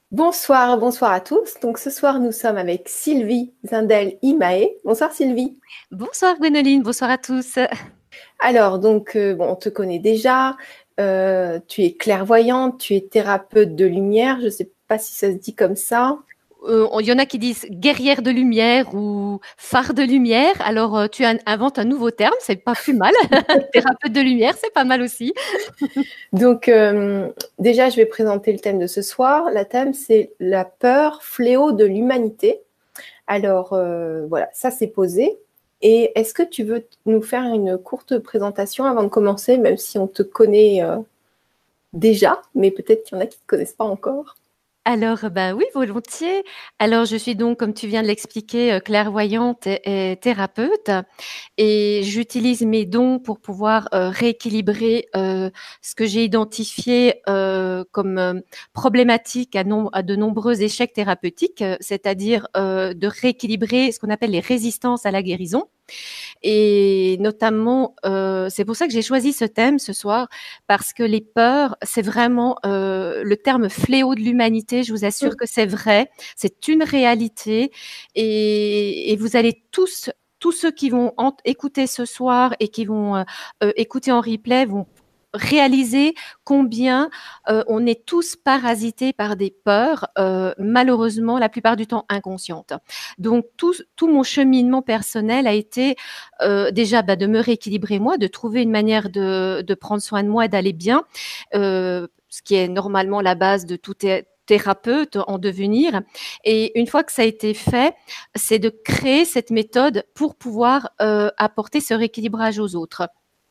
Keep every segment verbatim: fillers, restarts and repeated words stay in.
Bonsoir, bonsoir à tous. Donc ce soir, nous sommes avec Sylvie Zindel-Imae. Bonsoir Sylvie. Bonsoir Gwénoline, bonsoir à tous. Alors, donc, euh, bon, on te connaît déjà. Euh, tu es clairvoyante, tu es thérapeute de lumière. Je ne sais pas si ça se dit comme ça. Euh, Il y en a qui disent guerrière de lumière ou phare de lumière. Alors euh, tu in- inventes un nouveau terme, c'est pas plus mal. Thérapeute de lumière, c'est pas mal aussi. Donc, euh, déjà, je vais présenter le thème de ce soir. Le thème, c'est la peur, fléau de l'humanité. Alors, euh, voilà, ça c'est posé. Et est-ce que tu veux nous faire une courte présentation avant de commencer, même si on te connaît euh, déjà, mais peut-être qu'il y en a qui ne te connaissent pas encore. Alors, bah oui, volontiers. Alors, je suis donc, comme tu viens de l'expliquer, euh, clairvoyante et, et thérapeute, et j'utilise mes dons pour pouvoir euh, rééquilibrer euh, ce que j'ai identifié euh, comme euh, problématique à, nom- à de nombreux échecs thérapeutiques, euh, c'est-à-dire euh, de rééquilibrer ce qu'on appelle les résistances à la guérison. Et notamment, euh, c'est pour ça que j'ai choisi ce thème ce soir, parce que les peurs, c'est vraiment euh, le terme fléau de l'humanité. Je vous assure que c'est vrai, c'est une réalité, et, et vous allez tous tous ceux qui vont en- écouter ce soir et qui vont euh, euh, écouter en replay vont réaliser combien euh, on est tous parasités par des peurs, euh, malheureusement la plupart du temps inconscientes. Donc tout, tout mon cheminement personnel a été euh, déjà bah, de me rééquilibrer moi, de trouver une manière de, de prendre soin de moi et d'aller bien, euh, ce qui est normalement la base de tout thé- thérapeute en devenir. Et une fois que ça a été fait, c'est de créer cette méthode pour pouvoir euh, apporter ce rééquilibrage aux autres.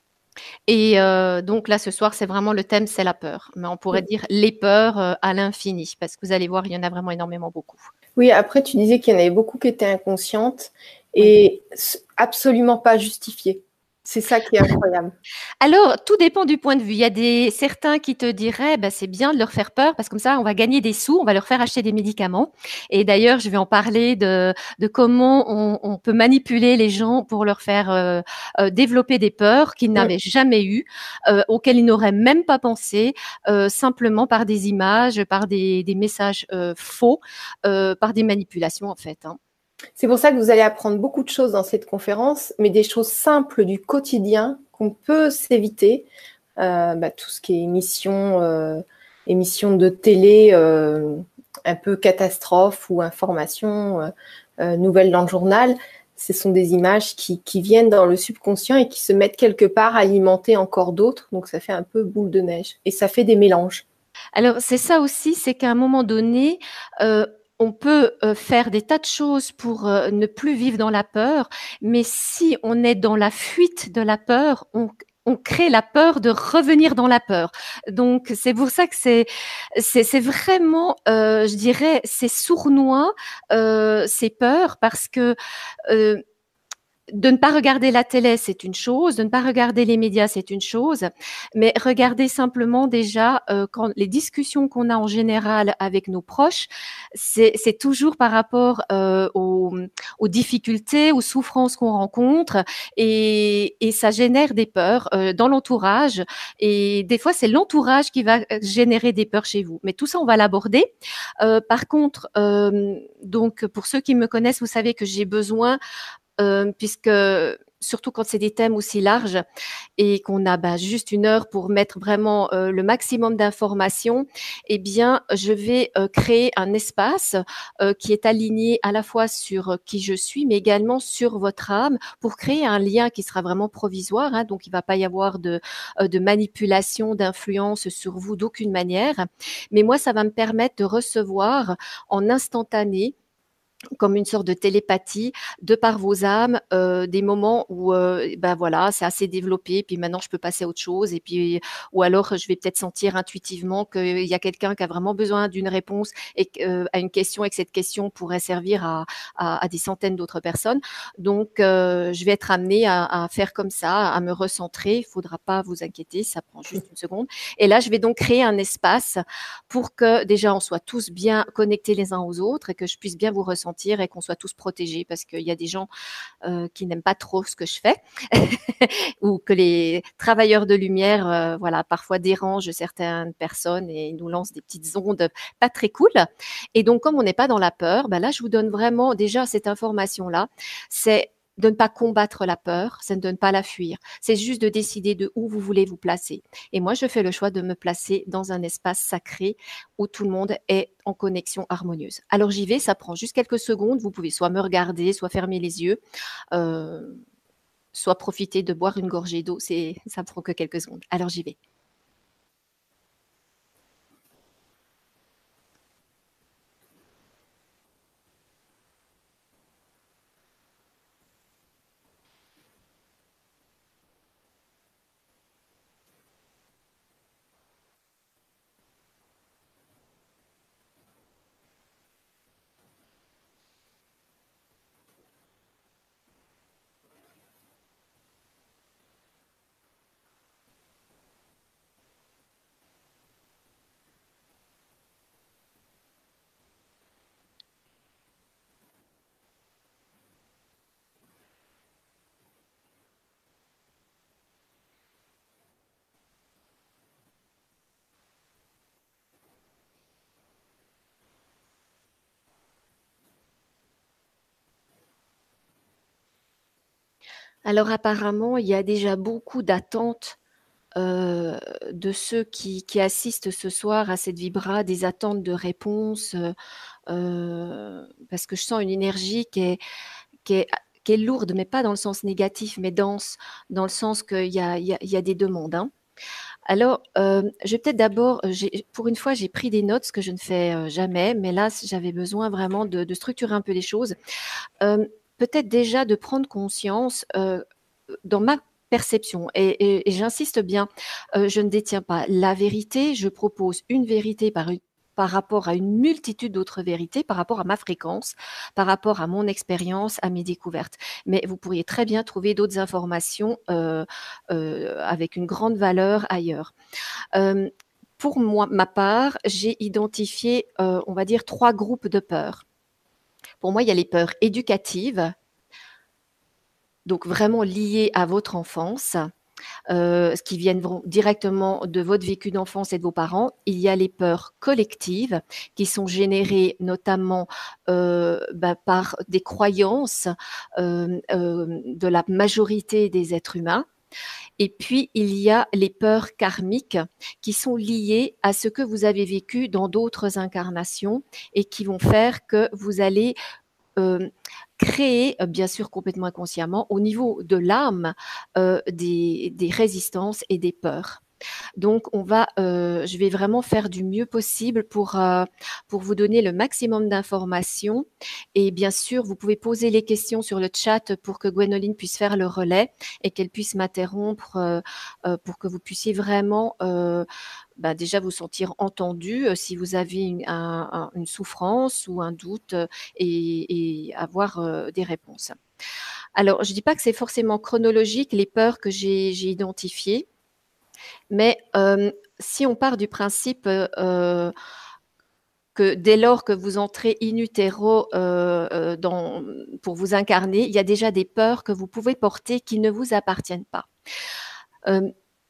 Et euh, donc là, ce soir, c'est vraiment le thème, c'est la peur. Mais on pourrait dire les peurs euh, à l'infini, parce que vous allez voir, il y en a vraiment énormément beaucoup. Oui, après, tu disais qu'il y en avait beaucoup qui étaient inconscientes Oui. et absolument pas justifiées. C'est ça qui est incroyable. Alors, tout dépend du point de vue. Il y a des certains qui te diraient, bah, c'est bien de leur faire peur parce que comme ça, on va gagner des sous, on va leur faire acheter des médicaments. Et d'ailleurs, je vais en parler de, de comment on, on peut manipuler les gens pour leur faire euh, euh, développer des peurs qu'ils Mm. n'avaient jamais eues, euh, auxquelles ils n'auraient même pas pensé, euh, simplement par des images, par des, des messages euh, faux, euh, par des manipulations en fait, hein. C'est pour ça que vous allez apprendre beaucoup de choses dans cette conférence, mais des choses simples du quotidien qu'on peut s'éviter. Euh, bah, tout ce qui est émission, euh, émission de télé, euh, un peu catastrophe ou information, euh, euh, nouvelles dans le journal. Ce sont des images qui, qui viennent dans le subconscient et qui se mettent quelque part à alimenter encore d'autres. Donc ça fait un peu boule de neige et ça fait des mélanges. Alors, c'est ça aussi, c'est qu'à un moment donné, euh, on peut euh, faire des tas de choses pour euh, ne plus vivre dans la peur, mais si on est dans la fuite de la peur, on, on crée la peur de revenir dans la peur. Donc, c'est pour ça que c'est, c'est, c'est vraiment, euh, je dirais, c'est sournois, euh, ces peurs, parce que euh, de ne pas regarder la télé, c'est une chose, de ne pas regarder les médias, c'est une chose, mais regarder simplement déjà euh, quand les discussions qu'on a en général avec nos proches, c'est, c'est toujours par rapport euh, aux, aux difficultés, aux souffrances qu'on rencontre, et, et ça génère des peurs euh, dans l'entourage, et des fois c'est l'entourage qui va générer des peurs chez vous. Mais tout ça, on va l'aborder. Euh, par contre, euh, donc pour ceux qui me connaissent, vous savez que j'ai besoin euh, puisque surtout quand c'est des thèmes aussi larges et qu'on a bah, juste une heure pour mettre vraiment euh, le maximum d'informations, eh bien, je vais euh, créer un espace euh, qui est aligné à la fois sur qui je suis, mais également sur votre âme, pour créer un lien qui sera vraiment provisoire. Hein, donc, il ne va pas y avoir de, euh, de manipulation, d'influence sur vous d'aucune manière. Mais moi, ça va me permettre de recevoir en instantané, comme une sorte de télépathie de par vos âmes, euh, des moments où euh, ben voilà, c'est assez développé, puis maintenant je peux passer à autre chose, et puis ou alors je vais peut-être sentir intuitivement qu'il y a quelqu'un qui a vraiment besoin d'une réponse et euh, à une question, et que cette question pourrait servir à, à, à des centaines d'autres personnes. Donc euh, je vais être amenée à, à faire comme ça, à me recentrer. Il faudra pas vous inquiéter, ça prend juste une seconde. Et là, je vais donc créer un espace pour que déjà on soit tous bien connectés les uns aux autres et que je puisse bien vous ressentir sentir et qu'on soit tous protégés, parce qu'il y a des gens euh, qui n'aiment pas trop ce que je fais ou que les travailleurs de lumière, euh, voilà, parfois dérangent certaines personnes et nous lancent des petites ondes pas très cool. Et donc, comme on n'est pas dans la peur, ben là, je vous donne vraiment déjà cette information-là. C'est de ne pas combattre la peur, c'est de ne pas la fuir. C'est juste de décider de où vous voulez vous placer. Et moi, je fais le choix de me placer dans un espace sacré où tout le monde est en connexion harmonieuse. Alors j'y vais, ça prend juste quelques secondes. Vous pouvez soit me regarder, soit fermer les yeux, euh, soit profiter de boire une gorgée d'eau. C'est, ça ne prend que quelques secondes. Alors j'y vais. Alors apparemment, il y a déjà beaucoup d'attentes euh, de ceux qui, qui assistent ce soir à cette vibra, des attentes de réponse, euh, euh, parce que je sens une énergie qui est, qui est, qui est lourde, mais pas dans le sens négatif, mais dense, dans le sens qu'il y a, il y a, il y a des demandes. Hein. Alors, euh, je vais peut-être d'abord, j'ai- pour une fois, j'ai pris des notes, ce que je ne fais euh, jamais, mais là, j'avais besoin vraiment de, de structurer un peu les choses. Euh, peut-être déjà de prendre conscience euh, dans ma perception, et, et- et j'insiste bien, euh, je ne détiens pas la vérité, je propose une vérité par une par rapport à une multitude d'autres vérités, par rapport à ma fréquence, par rapport à mon expérience, à mes découvertes. Mais vous pourriez très bien trouver d'autres informations euh, euh, avec une grande valeur ailleurs. Euh, pour moi, ma part, j'ai identifié, euh, on va dire, trois groupes de peurs. Pour moi, il y a les peurs éducatives, donc vraiment liées à votre enfance, euh, qui viennent directement de votre vécu d'enfance et de vos parents. Il y a les peurs collectives qui sont générées notamment euh, bah, par des croyances euh, euh, de la majorité des êtres humains. Et puis, il y a les peurs karmiques qui sont liées à ce que vous avez vécu dans d'autres incarnations et qui vont faire que vous allez euh, créer, euh, bien sûr complètement inconsciemment, au niveau de l'âme, euh, des, des résistances et des peurs. Donc, on va, euh, je vais vraiment faire du mieux possible pour, euh, pour vous donner le maximum d'informations. Et bien sûr, vous pouvez poser les questions sur le chat pour que Gwénoline puisse faire le relais et qu'elle puisse m'interrompre euh, euh, pour que vous puissiez vraiment euh, bah, déjà vous sentir entendu euh, si vous avez une, un, un, une souffrance ou un doute euh, et, et avoir euh, des réponses. Alors, je ne dis pas que c'est forcément chronologique, les peurs que j'ai identifiées. Mais euh, si on part du principe euh, que dès lors que vous entrez in utero euh, dans, pour vous incarner, il y a déjà des peurs que vous pouvez porter qui ne vous appartiennent pas. Euh,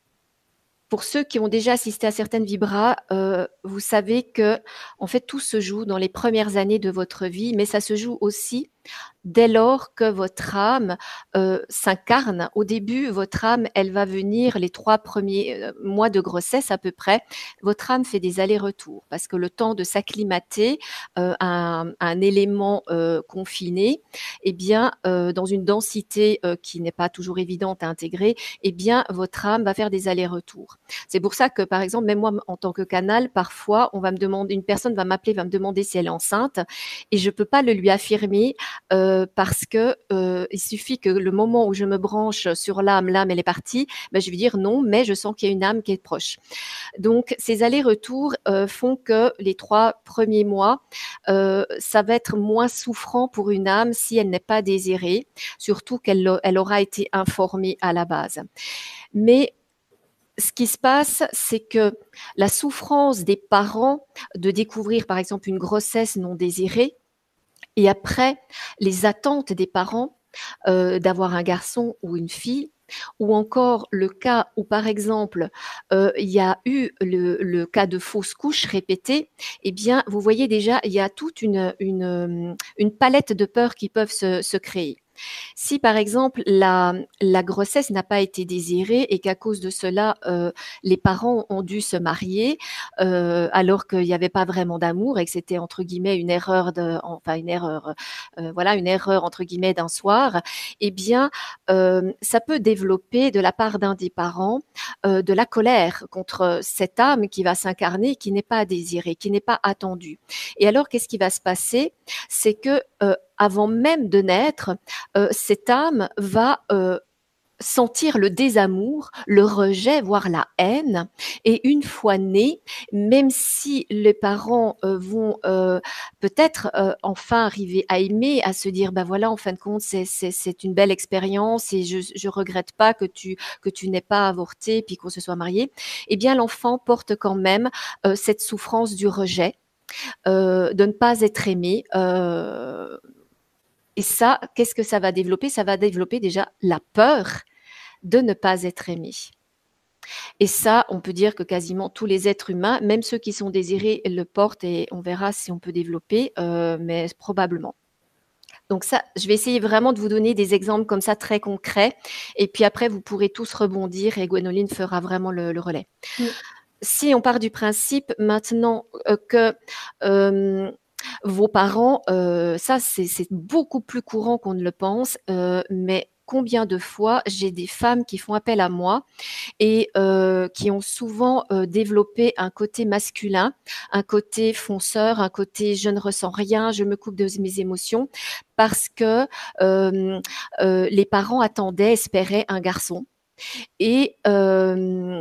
pour ceux qui ont déjà assisté à certaines vibras, euh, vous savez que en fait tout se joue dans les premières années de votre vie, mais ça se joue aussi dès lors que votre âme euh, s'incarne. Au début, votre âme, elle va venir les trois premiers euh, mois de grossesse à peu près. Votre âme fait des allers-retours parce que le temps de s'acclimater euh, à, un, à un élément euh, confiné, eh bien, euh, dans une densité euh, qui n'est pas toujours évidente à intégrer, eh bien, votre âme va faire des allers-retours. C'est pour ça que, par exemple, même moi, en tant que canal, parfois, on va me demander, une personne va m'appeler, va me demander si elle est enceinte, et je peux pas le lui affirmer. Euh, parce que euh, il suffit que le moment où je me branche sur l'âme, l'âme elle est partie, ben, je vais dire non, mais je sens qu'il y a une âme qui est proche. Donc ces allers-retours euh, font que les trois premiers mois, euh, ça va être moins souffrant pour une âme si elle n'est pas désirée, surtout qu'elle elle aura été informée à la base. Mais ce qui se passe, c'est que la souffrance des parents de découvrir par exemple une grossesse non désirée, Et après, les attentes des parents euh, d'avoir un garçon ou une fille, ou encore le cas où, par exemple, euh, il y a eu le, le cas de fausse couche répétée, eh bien, vous voyez déjà, il y a toute une, une, une palette de peurs qui peuvent se, se créer. Si par exemple la, la grossesse n'a pas été désirée et qu'à cause de cela, euh, les parents ont dû se marier euh, alors qu'il n'y avait pas vraiment d'amour et que c'était entre guillemets une erreur de, enfin une erreur, euh, voilà, une erreur entre guillemets d'un soir, eh bien euh, ça peut développer de la part d'un des parents euh, de la colère contre cette âme qui va s'incarner, qui n'est pas désirée, qui n'est pas attendue. Et alors qu'est-ce qui va se passer? C'est que euh, avant même de naître, euh, cette âme va euh, sentir le désamour, le rejet, voire la haine. Et une fois née, même si les parents euh, vont euh, peut-être euh, enfin arriver à aimer, à se dire, ben voilà, en fin de compte, c'est, c'est, c'est une belle expérience et je, je regrette pas que tu, que tu n'aies pas avorté puis qu'on se soit marié, eh bien, l'enfant porte quand même euh, cette souffrance du rejet, euh, de ne pas être aimé. Euh, et ça, qu'est-ce que ça va développer? Ça va développer déjà la peur de ne pas être aimé. Et ça, on peut dire que quasiment tous les êtres humains, même ceux qui sont désirés, le portent et on verra si on peut développer, euh, mais probablement. Donc ça, je vais essayer vraiment de vous donner des exemples comme ça très concrets. Et puis après, vous pourrez tous rebondir et Gwénoline fera vraiment le, le relais. Mm. Si on part du principe maintenant euh, que euh, vos parents, euh, ça c'est, c'est beaucoup plus courant qu'on ne le pense, euh, mais combien de fois j'ai des femmes qui font appel à moi et euh, qui ont souvent euh, développé un côté masculin, un côté fonceur, un côté je ne ressens rien, je me coupe de mes émotions, parce que euh, euh, les parents attendaient, espéraient un garçon. Et euh,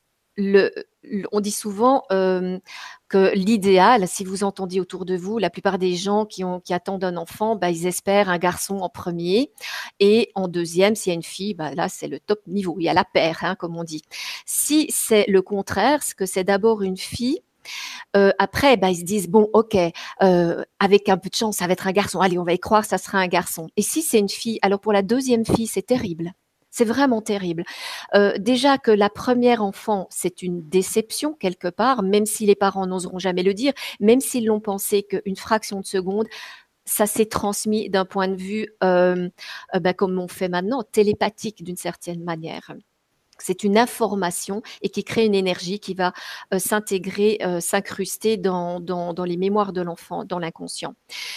le, on dit souvent euh, que l'idéal, si vous entendiez autour de vous, la plupart des gens qui, ont, qui attendent un enfant, bah, ils espèrent un garçon en premier et en deuxième, s'il y a une fille, bah, là c'est le top niveau, il y a la paire, hein, comme on dit. Si c'est le contraire, que c'est d'abord une fille, euh, après, bah, ils se disent, bon, ok, euh, avec un peu de chance, ça va être un garçon, allez, on va y croire, ça sera un garçon. Et si c'est une fille, alors pour la deuxième fille, c'est terrible. C'est vraiment terrible. Euh, déjà que la première enfant, c'est une déception quelque part, même si les parents n'oseront jamais le dire, même s'ils l'ont pensé qu'une fraction de seconde, ça s'est transmis d'un point de vue, euh, euh, ben, comme on fait maintenant, télépathique d'une certaine manière. C'est une information et qui crée une énergie qui va euh, s'intégrer, euh, s'incruster dans, dans, dans les mémoires de l'enfant, dans l'inconscient.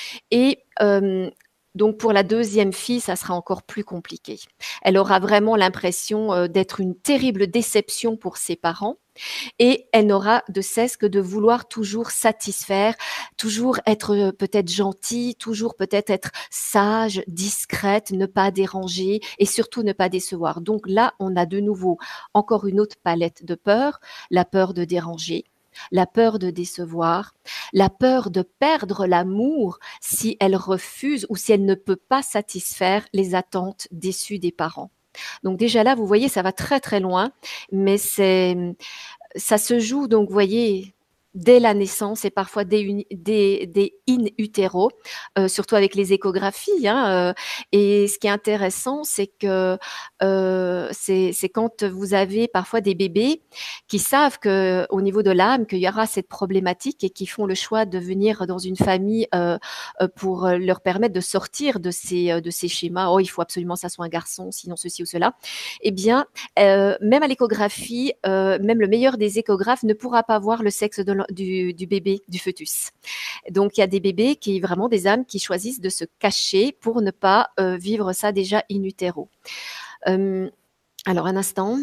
Et euh, donc pour la deuxième fille, ça sera encore plus compliqué. Elle aura vraiment l'impression euh, d'être une terrible déception pour ses parents. Et elle n'aura de cesse que de vouloir toujours satisfaire, toujours être euh, peut-être gentille, toujours peut-être être sage, discrète, ne pas déranger et surtout ne pas décevoir. Donc là, on a de nouveau encore une autre palette de peurs, la peur de déranger, la peur de décevoir, la peur de perdre l'amour si elle refuse ou si elle ne peut pas satisfaire les attentes déçues des parents. Donc déjà là, vous voyez, ça va très très loin, mais c'est ça se joue donc, vous voyez, dès la naissance et parfois dès, dès, dès in utero, euh, surtout avec les échographies. Hein, euh, et ce qui est intéressant, c'est que euh, c'est, c'est quand vous avez parfois des bébés qui savent que au niveau de l'âme qu'il y aura cette problématique et qui font le choix de venir dans une famille euh, euh, pour leur permettre de sortir de ces de ces schémas. Oh, il faut absolument que ça soit un garçon, sinon ceci ou cela. Eh bien, euh, même à l'échographie, euh, même le meilleur des échographes ne pourra pas voir le sexe de du, du bébé, du fœtus. Donc, il y a des bébés qui, vraiment des âmes qui choisissent de se cacher pour ne pas euh, vivre ça déjà in utero. Euh, alors, un instant.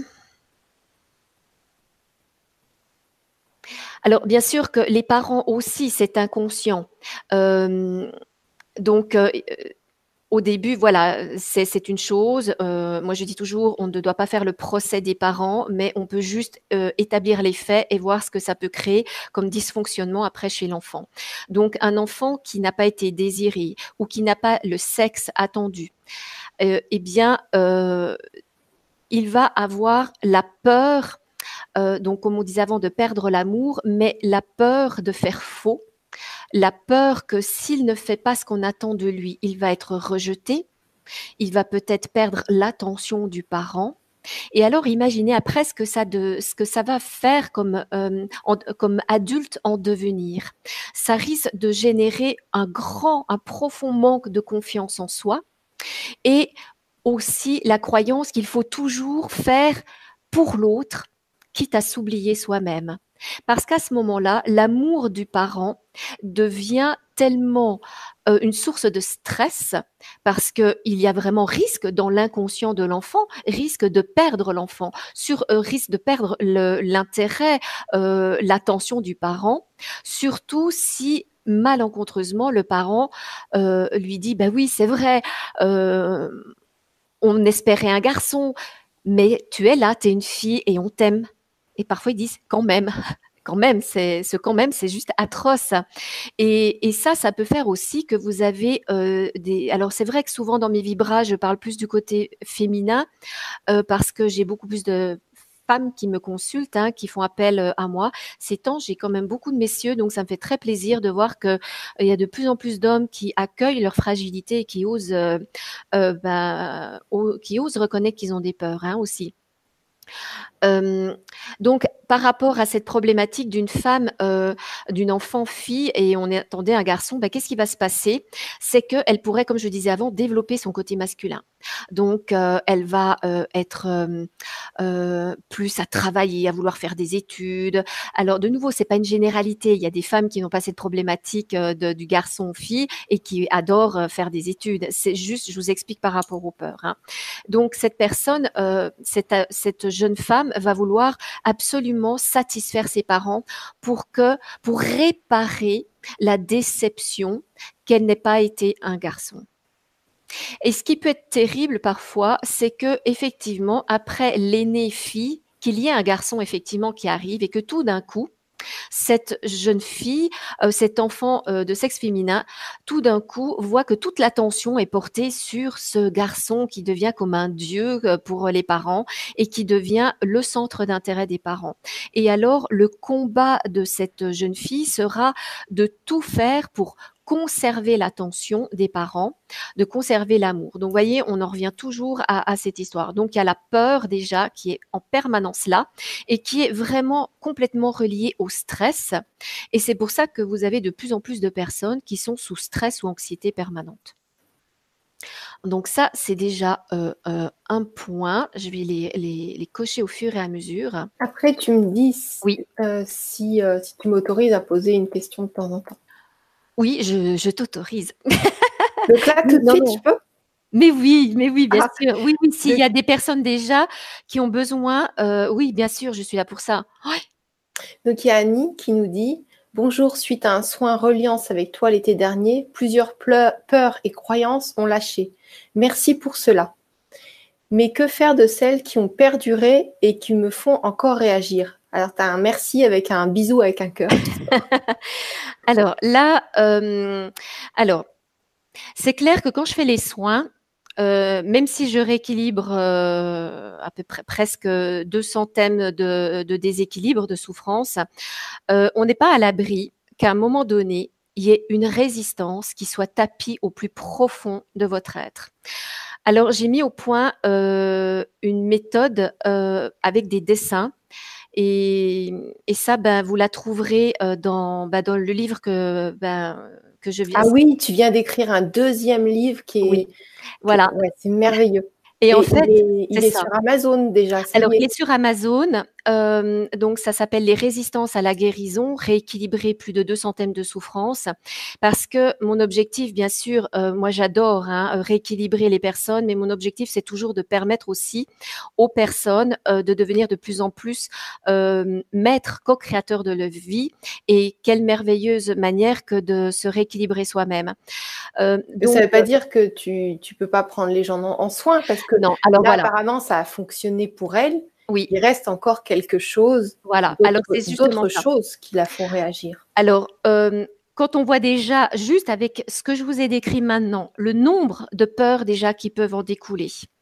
Alors, bien sûr que les parents aussi, c'est inconscient. Euh, donc, euh, au début, voilà, c'est, c'est une chose. Euh, moi, je dis toujours, on ne doit pas faire le procès des parents, mais on peut juste euh, établir les faits et voir ce que ça peut créer comme dysfonctionnement après chez l'enfant. Donc, un enfant qui n'a pas été désiré ou qui n'a pas le sexe attendu, euh, eh bien, euh, il va avoir la peur, euh, donc comme on disait avant, de perdre l'amour, mais la peur de faire faux, la peur que s'il ne fait pas ce qu'on attend de lui, il va être rejeté, il va peut-être perdre l'attention du parent. Et alors, imaginez après ce que ça, de, ce que ça va faire comme, euh, en, comme adulte en devenir. Ça risque de générer un grand, un profond manque de confiance en soi et aussi la croyance qu'il faut toujours faire pour l'autre, quitte à s'oublier soi-même. Parce qu'à ce moment-là, l'amour du parent devient tellement euh, une source de stress, parce qu'il y a vraiment risque dans l'inconscient de l'enfant, risque de perdre l'enfant, sur euh, risque de perdre l'intérêt, euh, l'attention du parent, surtout si malencontreusement le parent euh, lui dit bah oui c'est vrai, euh, on espérait un garçon, mais tu es là, tu es une fille et on t'aime. Et parfois ils disent quand même, quand même, c'est ce quand même, c'est juste atroce. Et, et ça, ça peut faire aussi que vous avez euh, des. Alors c'est vrai que souvent dans mes vibras, je parle plus du côté féminin euh, parce que j'ai beaucoup plus de femmes qui me consultent, hein, qui font appel euh, à moi. Ces temps, j'ai quand même beaucoup de messieurs, donc ça me fait très plaisir de voir que euh, il y a de plus en plus d'hommes qui accueillent leur fragilité et qui osent, euh, euh, bah, o- qui osent reconnaître qu'ils ont des peurs, hein, aussi. Euh, donc, par rapport à cette problématique d'une femme, euh, d'une enfant fille, et on attendait un garçon, ben, qu'est-ce qui va se passer? C'est qu'elle pourrait, comme je disais avant, développer son côté masculin. Donc, euh, elle va euh, être euh, euh, plus à travailler, à vouloir faire des études. Alors, de nouveau, c'est pas une généralité. Il y a des femmes qui n'ont pas cette problématique euh, de, du garçon-fille et qui adorent euh, faire des études. C'est juste, je vous explique par rapport aux peurs, hein. Donc, cette personne, euh, cette, cette jeune femme va vouloir absolument satisfaire ses parents pour que, pour réparer la déception qu'elle n'ait pas été un garçon. Et ce qui peut être terrible parfois, c'est que effectivement, après l'aînée fille, qu'il y ait un garçon effectivement qui arrive et que tout d'un coup, cette jeune fille, euh, cet enfant euh, de sexe féminin, tout d'un coup voit que toute l'attention est portée sur ce garçon qui devient comme un dieu euh, pour les parents et qui devient le centre d'intérêt des parents. Et alors, le combat de cette jeune fille sera de tout faire pour conserver l'attention des parents, de conserver l'amour. Donc, vous voyez, on en revient toujours à, à cette histoire. Donc, il y a la peur déjà qui est en permanence là et qui est vraiment complètement reliée au stress. Et c'est pour ça que vous avez de plus en plus de personnes qui sont sous stress ou anxiété permanente. Donc ça, c'est déjà euh, euh, un point. Je vais les, les, les cocher au fur et à mesure. Après, tu me dis Oui. euh, si, euh, si tu m'autorises à poser une question de temps en temps. Oui, je, je t'autorise. Donc là, tout de Non, suite, non. tu peux? Mais oui, mais oui, bien Ah, sûr. Oui, oui, s'il de- y a des personnes déjà qui ont besoin, euh, oui, bien sûr, je suis là pour ça. Ouais. Donc il y a Annie qui nous dit bonjour, suite à un soin reliance avec toi l'été dernier, plusieurs pleu- peurs et croyances ont lâché. Merci pour cela. Mais que faire de celles qui ont perduré et qui me font encore réagir? Alors, tu as un merci avec un bisou avec un cœur. Alors là, euh, alors, c'est clair que quand je fais les soins, euh, même si je rééquilibre euh, à peu près presque deux cents thèmes de, de déséquilibre, de souffrance, euh, on n'est pas à l'abri qu'à un moment donné, il y ait une résistance qui soit tapie au plus profond de votre être. Alors, j'ai mis au point euh, une méthode euh, avec des dessins. Et, et ça, ben, vous la trouverez euh, dans, ben, dans le livre que, ben, que je viens. Ah oui, tu viens d'écrire un deuxième livre qui Oui, est, qui est- voilà. ouais, c'est merveilleux. Et en Et fait, il est, c'est il est ça. sur Amazon déjà, ça Alors, y il est. est sur Amazon. Euh, donc, ça s'appelle Les résistances à la guérison, rééquilibrer plus de deux cents thèmes de souffrance. Parce que mon objectif, bien sûr, euh, moi j'adore hein, rééquilibrer les personnes, mais mon objectif, c'est toujours de permettre aussi aux personnes euh, de devenir de plus en plus euh, maîtres, co-créateurs de leur vie. Et quelle merveilleuse manière que de se rééquilibrer soi-même. Euh, Mais ça donc, ne veut pas dire que tu ne peux pas prendre les gens en, en soin, parce que non, alors là, voilà, apparemment, ça a fonctionné pour elle. oui, Il reste encore quelque chose, voilà. Alors, d'autres c'est justement d'autres ça. choses qui la font réagir. Alors, euh, quand on voit déjà, juste avec ce que je vous ai décrit maintenant, le nombre de peurs déjà qui peuvent en découler.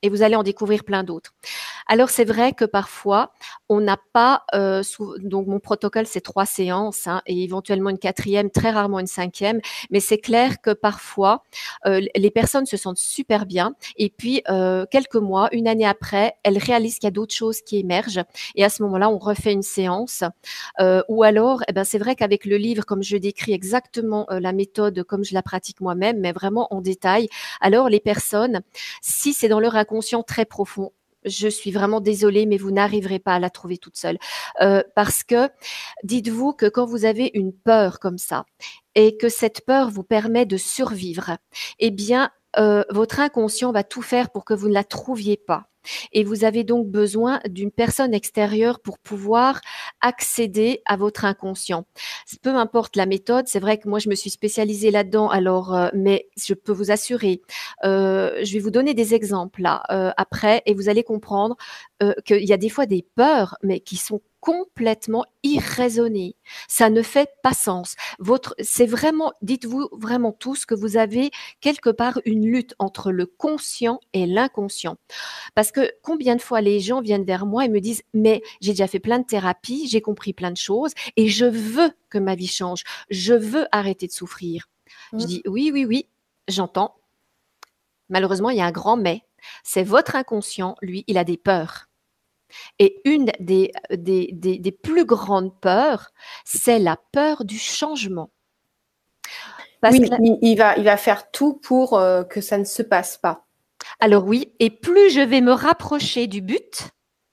et vous allez en découvrir plein d'autres. Alors, c'est vrai que parfois, on n'a pas, euh, sous, donc mon protocole, c'est trois séances hein, et éventuellement une quatrième, très rarement une cinquième, mais c'est clair que parfois, euh, les personnes se sentent super bien et puis, euh, quelques mois, une année après, elles réalisent qu'il y a d'autres choses qui émergent et à ce moment-là, on refait une séance. Euh, ou alors, eh ben, c'est vrai qu'avec le livre, comme je décris exactement euh, la méthode comme je la pratique moi-même, mais vraiment en détail, alors les personnes, si c'est dans leur inconscient très profond, je suis vraiment désolée, mais vous n'arriverez pas à la trouver toute seule. Euh, parce que dites-vous que quand vous avez une peur comme ça et que cette peur vous permet de survivre, eh bien, euh, votre inconscient va tout faire pour que vous ne la trouviez pas. Et vous avez donc besoin d'une personne extérieure pour pouvoir accéder à votre inconscient. Peu importe la méthode, c'est vrai que moi je me suis spécialisée là-dedans, alors, euh, mais je peux vous assurer, euh, je vais vous donner des exemples là euh, après, et vous allez comprendre euh, qu'il y a des fois des peurs, mais qui sont complètement irraisonnées. Ça ne fait pas sens. Votre, c'est vraiment, dites-vous vraiment tous que vous avez quelque part une lutte entre le conscient et l'inconscient. Parce que combien de fois les gens viennent vers moi et me disent, mais j'ai déjà fait plein de thérapies, j'ai compris plein de choses et je veux que ma vie change. Je veux arrêter de souffrir. Mmh. Je dis, oui, oui, oui, j'entends. Malheureusement, il y a un grand mais. C'est votre inconscient, lui, il a des peurs. Et une des, des, des, des plus grandes peurs, c'est la peur du changement. Parce oui, que la... il, il, va, il va faire tout pour euh, que ça ne se passe pas. Alors oui, et plus je vais me rapprocher du but,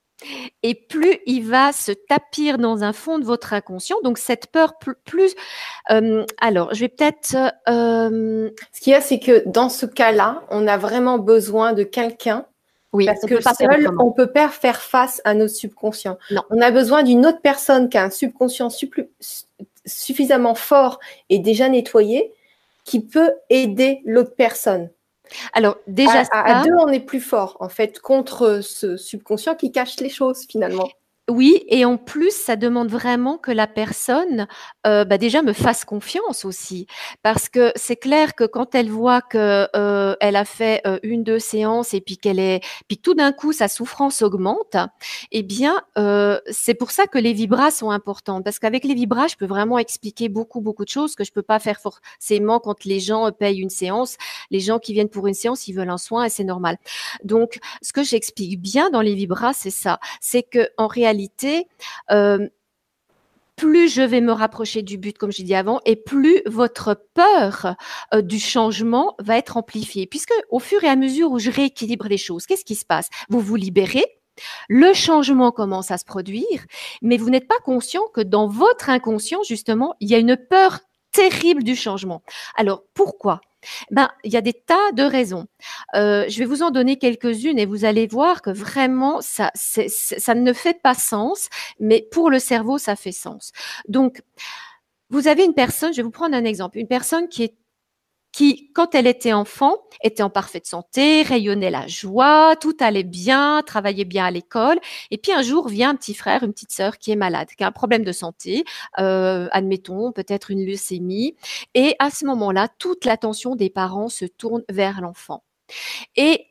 et plus il va se tapir dans un fond de votre inconscient. Donc cette peur plus... plus euh, alors, je vais peut-être... Euh... Ce qu'il y a, c'est que dans ce cas-là, on a vraiment besoin de quelqu'un. Oui, parce on que peut pas seul, faire on ne peut pas faire face à nos subconscients. Non. On a besoin d'une autre personne qui a un subconscient suffisamment fort et déjà nettoyé, qui peut aider l'autre personne. Alors, déjà, à, ça... à deux, on est plus fort, en fait, contre ce subconscient qui cache les choses, finalement. Oui, et en plus, ça demande vraiment que la personne, euh, bah déjà, me fasse confiance aussi, parce que c'est clair que quand elle voit que euh, elle a fait euh, une, deux séances et puis qu'elle est, puis que tout d'un coup sa souffrance augmente, eh bien, euh, c'est pour ça que les vibras sont importants, parce qu'avec les vibras, je peux vraiment expliquer beaucoup, beaucoup de choses que je peux pas faire forcément quand les gens payent une séance. Les gens qui viennent pour une séance, ils veulent un soin et c'est normal. Donc, ce que j'explique bien dans les vibras, c'est ça, c'est que en réalité Euh, plus je vais me rapprocher du but, comme j'ai dit avant, et plus votre peur euh, du changement va être amplifiée. Puisque au fur et à mesure où je rééquilibre les choses, qu'est-ce qui se passe? Vous vous libérez, le changement commence à se produire, mais vous n'êtes pas conscient que dans votre inconscient, justement, il y a une peur terrible du changement. Alors, pourquoi? Ben, il y a des tas de raisons. Euh, je vais vous en donner quelques-unes et vous allez voir que vraiment, ça, c'est, c'est, ça ne fait pas sens, mais pour le cerveau, ça fait sens. Donc, vous avez une personne, je vais vous prendre un exemple, une personne qui est qui, quand elle était enfant, était en parfaite santé, rayonnait la joie, tout allait bien, travaillait bien à l'école. Et puis un jour vient un petit frère, une petite sœur qui est malade, qui a un problème de santé, euh, admettons peut-être une leucémie. Et à ce moment-là, toute l'attention des parents se tourne vers l'enfant. Et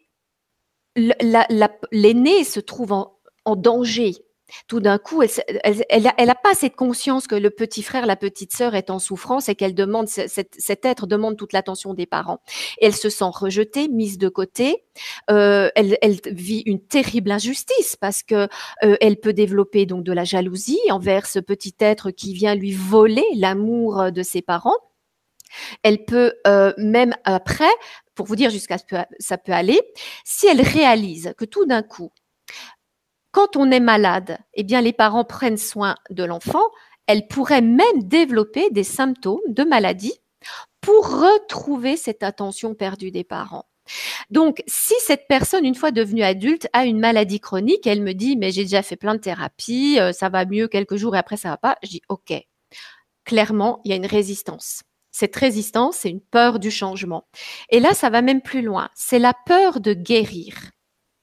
l'aîné se trouve en, en danger. Tout d'un coup, elle n'a elle, elle, elle pas cette conscience que le petit frère, la petite sœur est en souffrance et qu'elle demande, cet, cet être demande toute l'attention des parents. Et elle se sent rejetée, mise de côté. Euh, elle, elle vit une terrible injustice parce que euh, elle peut développer donc de la jalousie envers ce petit être qui vient lui voler l'amour de ses parents. Elle peut euh, même après, pour vous dire jusqu'à ce que ça peut aller, si elle réalise que tout d'un coup, quand on est malade, eh bien les parents prennent soin de l'enfant, elle pourrait même développer des symptômes de maladie pour retrouver cette attention perdue des parents. Donc, si cette personne, une fois devenue adulte, a une maladie chronique, elle me dit, mais j'ai déjà fait plein de thérapies, ça va mieux quelques jours et après ça va pas, je dis, ok, clairement, il y a une résistance. Cette résistance, c'est une peur du changement. Et là, ça va même plus loin. C'est la peur de guérir.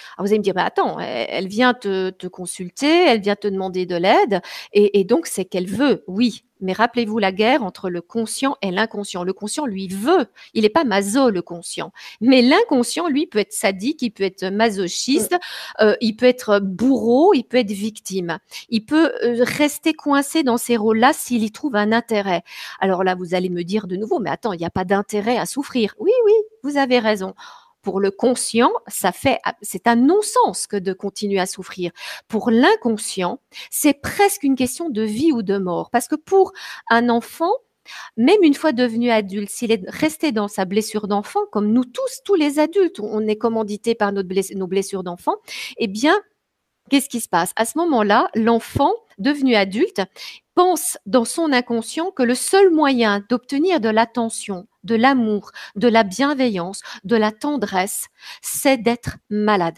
Alors vous allez me dire, bah attends, elle, elle vient te, te consulter, elle vient te demander de l'aide, et, et donc c'est qu'elle veut, oui. Mais rappelez-vous la guerre entre le conscient et l'inconscient. Le conscient, lui, veut. Il n'est pas maso, le conscient. Mais l'inconscient, lui, peut être sadique, il peut être masochiste, euh, il peut être bourreau, il peut être victime. Il peut euh, rester coincé dans ces rôles-là s'il y trouve un intérêt. Alors là, vous allez me dire de nouveau, mais attends, il n'y a pas d'intérêt à souffrir. Oui, oui, vous avez raison. Pour le conscient, ça fait, c'est un non-sens que de continuer à souffrir. Pour l'inconscient, c'est presque une question de vie ou de mort. Parce que pour un enfant, même une fois devenu adulte, s'il est resté dans sa blessure d'enfant, comme nous tous, tous les adultes, on est commandités par notre bless- nos blessures d'enfant, eh bien, qu'est-ce qui se passe? À ce moment-là, l'enfant devenu adulte pense dans son inconscient que le seul moyen d'obtenir de l'attention, de l'amour, de la bienveillance, de la tendresse, c'est d'être malade.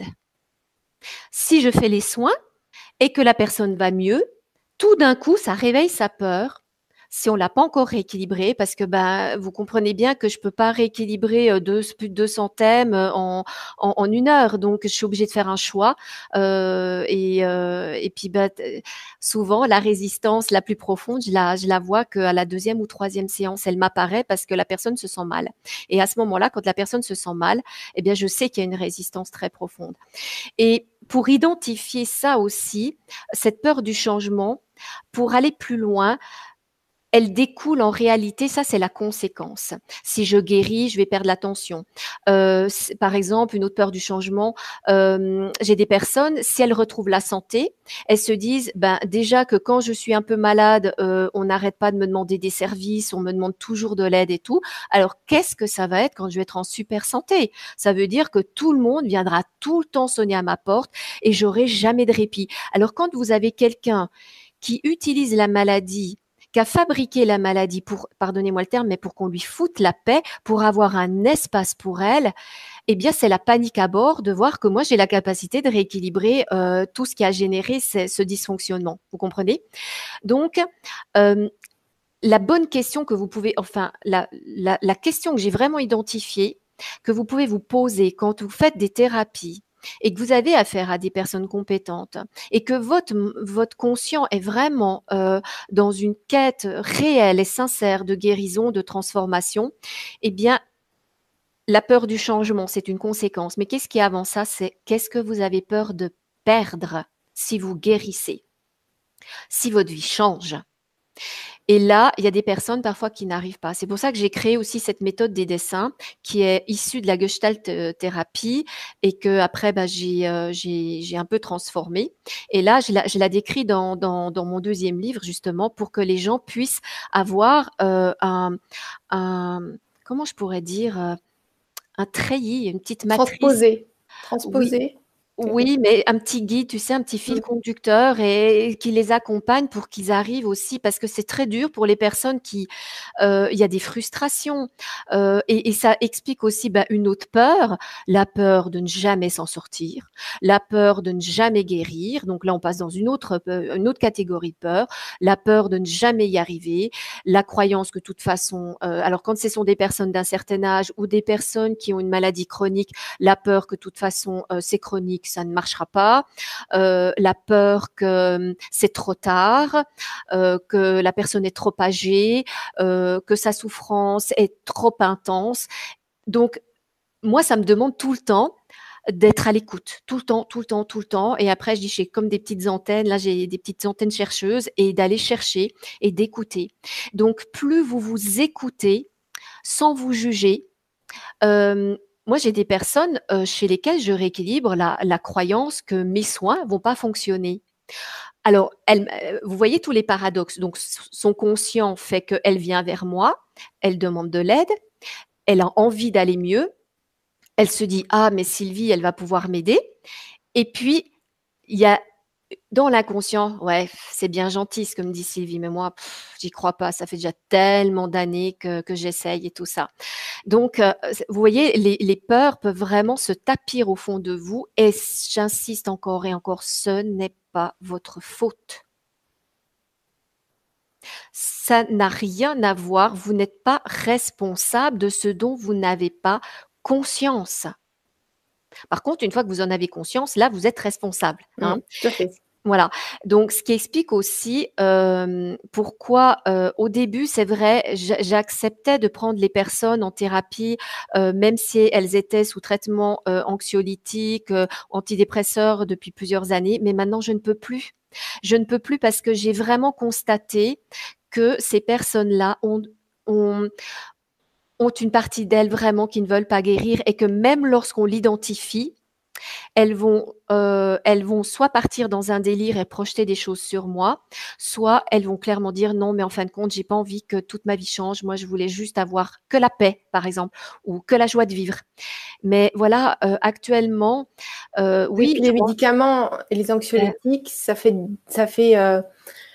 Si je fais les soins et que la personne va mieux, tout d'un coup, ça réveille sa peur. Si on l'a pas encore rééquilibré, parce que ben vous comprenez bien que je peux pas rééquilibrer euh, deux, plus de deux cents thèmes euh, en, en, en une heure, donc je suis obligée de faire un choix. Euh, et, euh, et puis ben, t- souvent la résistance la plus profonde, je la, je la vois qu'à la deuxième ou troisième séance, elle m'apparaît parce que la personne se sent mal. Et à ce moment-là, quand la personne se sent mal, eh bien je sais qu'il y a une résistance très profonde. Et pour identifier ça aussi, cette peur du changement, pour aller plus loin, elle découle en réalité, ça c'est la conséquence. Si je guéris, je vais perdre l'attention. Euh, par exemple, une autre peur du changement, euh, j'ai des personnes, si elles retrouvent la santé, elles se disent, ben déjà que quand je suis un peu malade, euh, on n'arrête pas de me demander des services, on me demande toujours de l'aide et tout. Alors qu'est-ce que ça va être quand je vais être en super santé? Ça veut dire que tout le monde viendra tout le temps sonner à ma porte et j'aurai jamais de répit. Alors quand vous avez quelqu'un qui utilise la maladie, qui a fabriqué la maladie pour, pardonnez-moi le terme, mais pour qu'on lui foute la paix, pour avoir un espace pour elle, eh bien, c'est la panique à bord de voir que moi, j'ai la capacité de rééquilibrer euh, tout ce qui a généré ce, ce dysfonctionnement. Vous comprenez? Donc, euh, la bonne question que vous pouvez, enfin, la, la, la question que j'ai vraiment identifiée, que vous pouvez vous poser quand vous faites des thérapies, et que vous avez affaire à des personnes compétentes et que votre, votre conscient est vraiment euh, dans une quête réelle et sincère de guérison, de transformation, eh bien, la peur du changement, c'est une conséquence. Mais qu'est-ce qui est avant ça? C'est qu'est-ce que vous avez peur de perdre si vous guérissez, si votre vie change? Et là, il y a des personnes parfois qui n'arrivent pas. C'est pour ça que j'ai créé aussi cette méthode des dessins qui est issue de la Gestalt euh, thérapie et que après bah, j'ai, euh, j'ai, j'ai un peu transformé. Et là, je la, je la décris dans, dans, dans mon deuxième livre justement pour que les gens puissent avoir euh, un, un, comment je pourrais dire, euh, un treillis, une petite matrice. Transposer. Oui, Transposer. oui, mais un petit guide, tu sais, un petit fil Mm. conducteur et qui les accompagne pour qu'ils arrivent aussi, parce que c'est très dur pour les personnes qui, euh, il y a des frustrations euh, et, et ça explique aussi bah, une autre peur, la peur de ne jamais s'en sortir, la peur de ne jamais guérir. Donc là, on passe dans une autre, euh, une autre catégorie de peur, la peur de ne jamais y arriver, la croyance que de toute façon, euh, alors quand ce sont des personnes d'un certain âge ou des personnes qui ont une maladie chronique, la peur que de toute façon euh, c'est chronique, ça ne marchera pas, euh, la peur que euh, c'est trop tard, euh, que la personne est trop âgée, euh, que sa souffrance est trop intense. Donc, moi, ça me demande tout le temps d'être à l'écoute, tout le temps, tout le temps, tout le temps. Et après, je dis, j'ai comme des petites antennes, là, j'ai des petites antennes chercheuses et d'aller chercher et d'écouter. Donc, plus vous vous écoutez sans vous juger, euh, moi, j'ai des personnes euh, chez lesquelles je rééquilibre la, la croyance que mes soins vont pas fonctionner. Alors, elle, euh, vous voyez tous les paradoxes. Donc, son conscient fait qu'elle vient vers moi, elle demande de l'aide, elle a envie d'aller mieux, elle se dit, ah, mais Sylvie, elle va pouvoir m'aider. Et puis, il y a dans l'inconscient, ouais, c'est bien gentil ce que me dit Sylvie, mais moi, pff, j'y crois pas. Ça fait déjà tellement d'années que, que j'essaye et tout ça. Donc, euh, vous voyez, les, les peurs peuvent vraiment se tapir au fond de vous. Et j'insiste encore et encore, ce n'est pas votre faute. Ça n'a rien à voir. Vous n'êtes pas responsable de ce dont vous n'avez pas conscience. Par contre, une fois que vous en avez conscience, là, vous êtes responsable, hein. Mmh, tout à fait. Voilà. Donc, ce qui explique aussi euh, pourquoi, euh, au début, c'est vrai, j'a- j'acceptais de prendre les personnes en thérapie, euh, même si elles étaient sous traitement euh, anxiolytique, euh, antidépresseur depuis plusieurs années. Mais maintenant, je ne peux plus. Je ne peux plus parce que j'ai vraiment constaté que ces personnes-là ont, ont, ont une partie d'elles vraiment qui ne veulent pas guérir et que même lorsqu'on l'identifie, elles vont, euh, elles vont soit partir dans un délire et projeter des choses sur moi, soit elles vont clairement dire non, mais en fin de compte, j'ai pas envie que toute ma vie change. Moi, je voulais juste avoir que la paix, par exemple, ou que la joie de vivre. Mais voilà, euh, actuellement, euh, Et oui, puis je les pense médicaments et les que anxiolytiques, ça fait, ça fait, euh,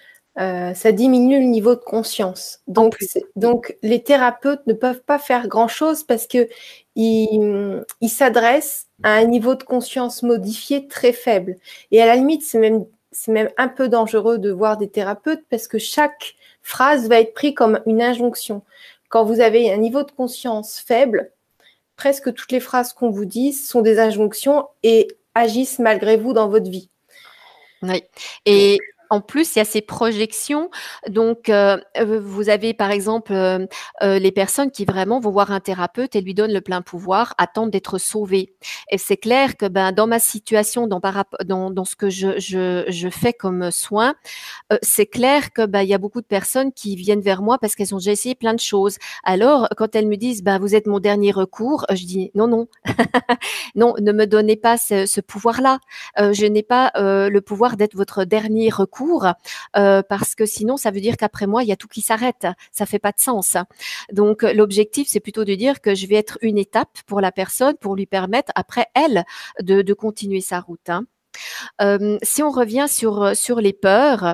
euh, ça diminue le niveau de conscience. en Donc, plus, c'est- oui, donc les thérapeutes ne peuvent pas faire grand-chose parce que ils, ils s'adressent à un niveau de conscience modifié très faible. Et à la limite, c'est même, c'est même un peu dangereux de voir des thérapeutes parce que chaque phrase va être prise comme une injonction. Quand vous avez un niveau de conscience faible, presque toutes les phrases qu'on vous dit sont des injonctions et agissent malgré vous dans votre vie. oui. Donc, Et en plus, il y a ces projections. Donc, euh, euh, vous avez par exemple euh, euh, les personnes qui vraiment vont voir un thérapeute et lui donnent le plein pouvoir, attendent d'être sauvées. Et c'est clair que ben dans ma situation, dans, par rapport- dans, dans ce que je, je, je fais comme soin, euh, c'est clair que bah, il y a beaucoup de personnes qui viennent vers moi parce qu'elles ont déjà essayé plein de choses. Alors, quand elles me disent, bah, vous êtes mon dernier recours, euh, je dis non, non, non, ne me donnez pas ce, ce pouvoir-là. Euh, je n'ai pas euh, le pouvoir d'être votre dernier recours euh, parce que sinon, ça veut dire qu'après moi, il y a tout qui s'arrête. Ça fait pas de sens. Donc, l'objectif, c'est plutôt de dire que je vais être une étape pour la personne pour lui permettre après elle de, de continuer sa route, hein. Euh, si on revient sur sur les peurs,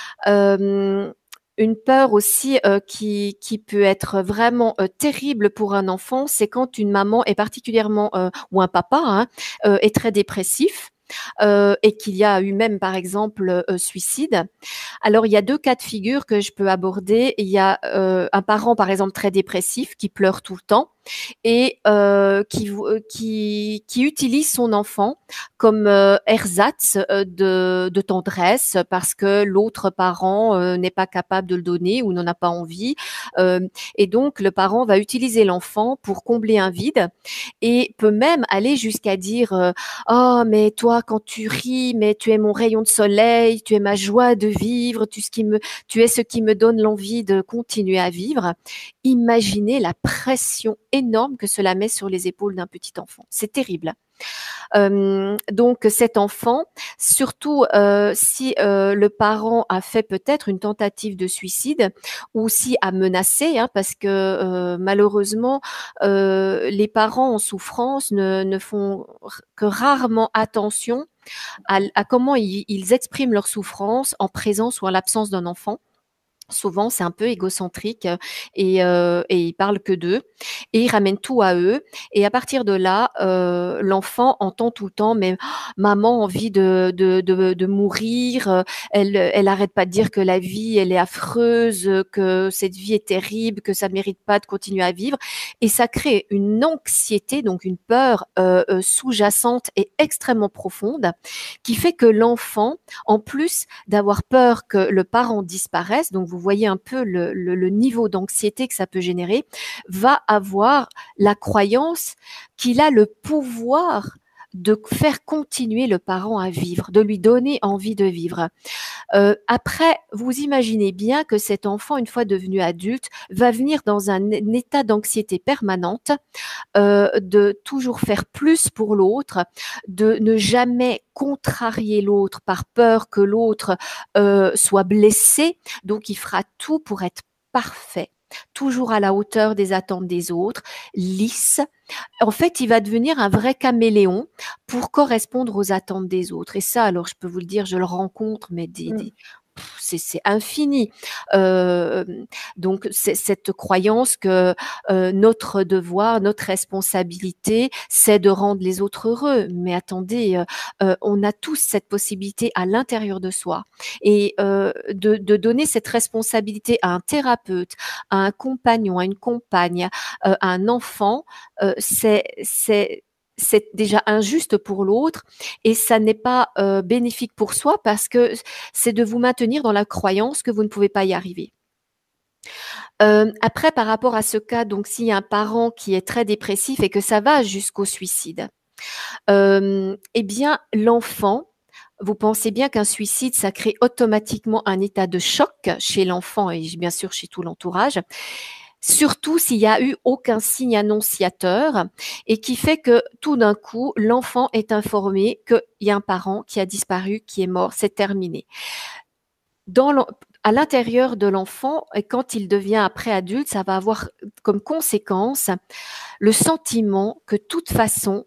euh, une peur aussi euh, qui, qui peut être vraiment euh, terrible pour un enfant, c'est quand une maman est particulièrement, euh, ou un papa, hein, euh, est très dépressif. Euh, et qu'il y a eu même, par exemple, euh, suicide. Alors, il y a deux cas de figure que je peux aborder. Il y a euh, un parent, par exemple, très dépressif qui pleure tout le temps et euh, qui, euh, qui, qui utilise son enfant comme euh, ersatz euh, de, de tendresse parce que l'autre parent euh, n'est pas capable de le donner ou n'en a pas envie. Euh, et donc, le parent va utiliser l'enfant pour combler un vide et peut même aller jusqu'à dire euh, oh, mais toi, quand tu ris, mais tu es mon rayon de soleil, tu es ma joie de vivre, tu, ce qui me, tu es ce qui me donne l'envie de continuer à vivre. Imaginez la pression énorme que cela met sur les épaules d'un petit enfant. C'est terrible. Euh, donc cet enfant, surtout euh, si euh, le parent a fait peut-être une tentative de suicide ou si a menacé, hein, parce que euh, malheureusement euh, les parents en souffrance ne, ne font que rarement attention à, à comment ils, ils expriment leur souffrance en présence ou en l'absence d'un enfant. Souvent, c'est un peu égocentrique euh, et, euh, et ils parlent que d'eux et ils ramènent tout à eux. Et à partir de là, euh, l'enfant entend tout le temps, mais oh, maman a envie de, de, de, de mourir. euh, Elle, elle arrête pas de dire que la vie, elle est affreuse, que cette vie est terrible, que ça ne mérite pas de continuer à vivre. Et ça crée une anxiété, donc une peur euh, euh, sous-jacente et extrêmement profonde, qui fait que l'enfant, en plus d'avoir peur que le parent disparaisse, donc vous voyez un peu le, le, le niveau d'anxiété que ça peut générer, va avoir la croyance qu'il a le pouvoir de faire continuer le parent à vivre, de lui donner envie de vivre. Euh, après, vous imaginez bien que cet enfant, une fois devenu adulte, va venir dans un, un état d'anxiété permanente, euh, de toujours faire plus pour l'autre, de ne jamais contrarier l'autre par peur que l'autre euh, soit blessé. Donc, il fera tout pour être parfait, toujours à la hauteur des attentes des autres, lisse. En fait, il va devenir un vrai caméléon pour correspondre aux attentes des autres. Et ça, alors, je peux vous le dire, je le rencontre, mais des, mm. des c'est, c'est infini. Euh, donc, c'est cette croyance que euh, notre devoir, notre responsabilité, c'est de rendre les autres heureux. Mais attendez, euh, euh, on a tous cette possibilité à l'intérieur de soi. Et euh, de, de donner cette responsabilité à un thérapeute, à un compagnon, à une compagne, euh, à un enfant, euh, c'est, c'est c'est déjà injuste pour l'autre et ça n'est pas euh, bénéfique pour soi parce que c'est de vous maintenir dans la croyance que vous ne pouvez pas y arriver. Euh, après, par rapport à ce cas, donc s'il y a un parent qui est très dépressif et que ça va jusqu'au suicide, euh, eh bien l'enfant, vous pensez bien qu'un suicide, ça crée automatiquement un état de choc chez l'enfant et bien sûr chez tout l'entourage. Surtout s'il n'y a eu aucun signe annonciateur et qui fait que tout d'un coup, l'enfant est informé qu'il y a un parent qui a disparu, qui est mort, c'est terminé. Dans à l'intérieur de l'enfant, et quand il devient après adulte, ça va avoir comme conséquence le sentiment que de toute façon,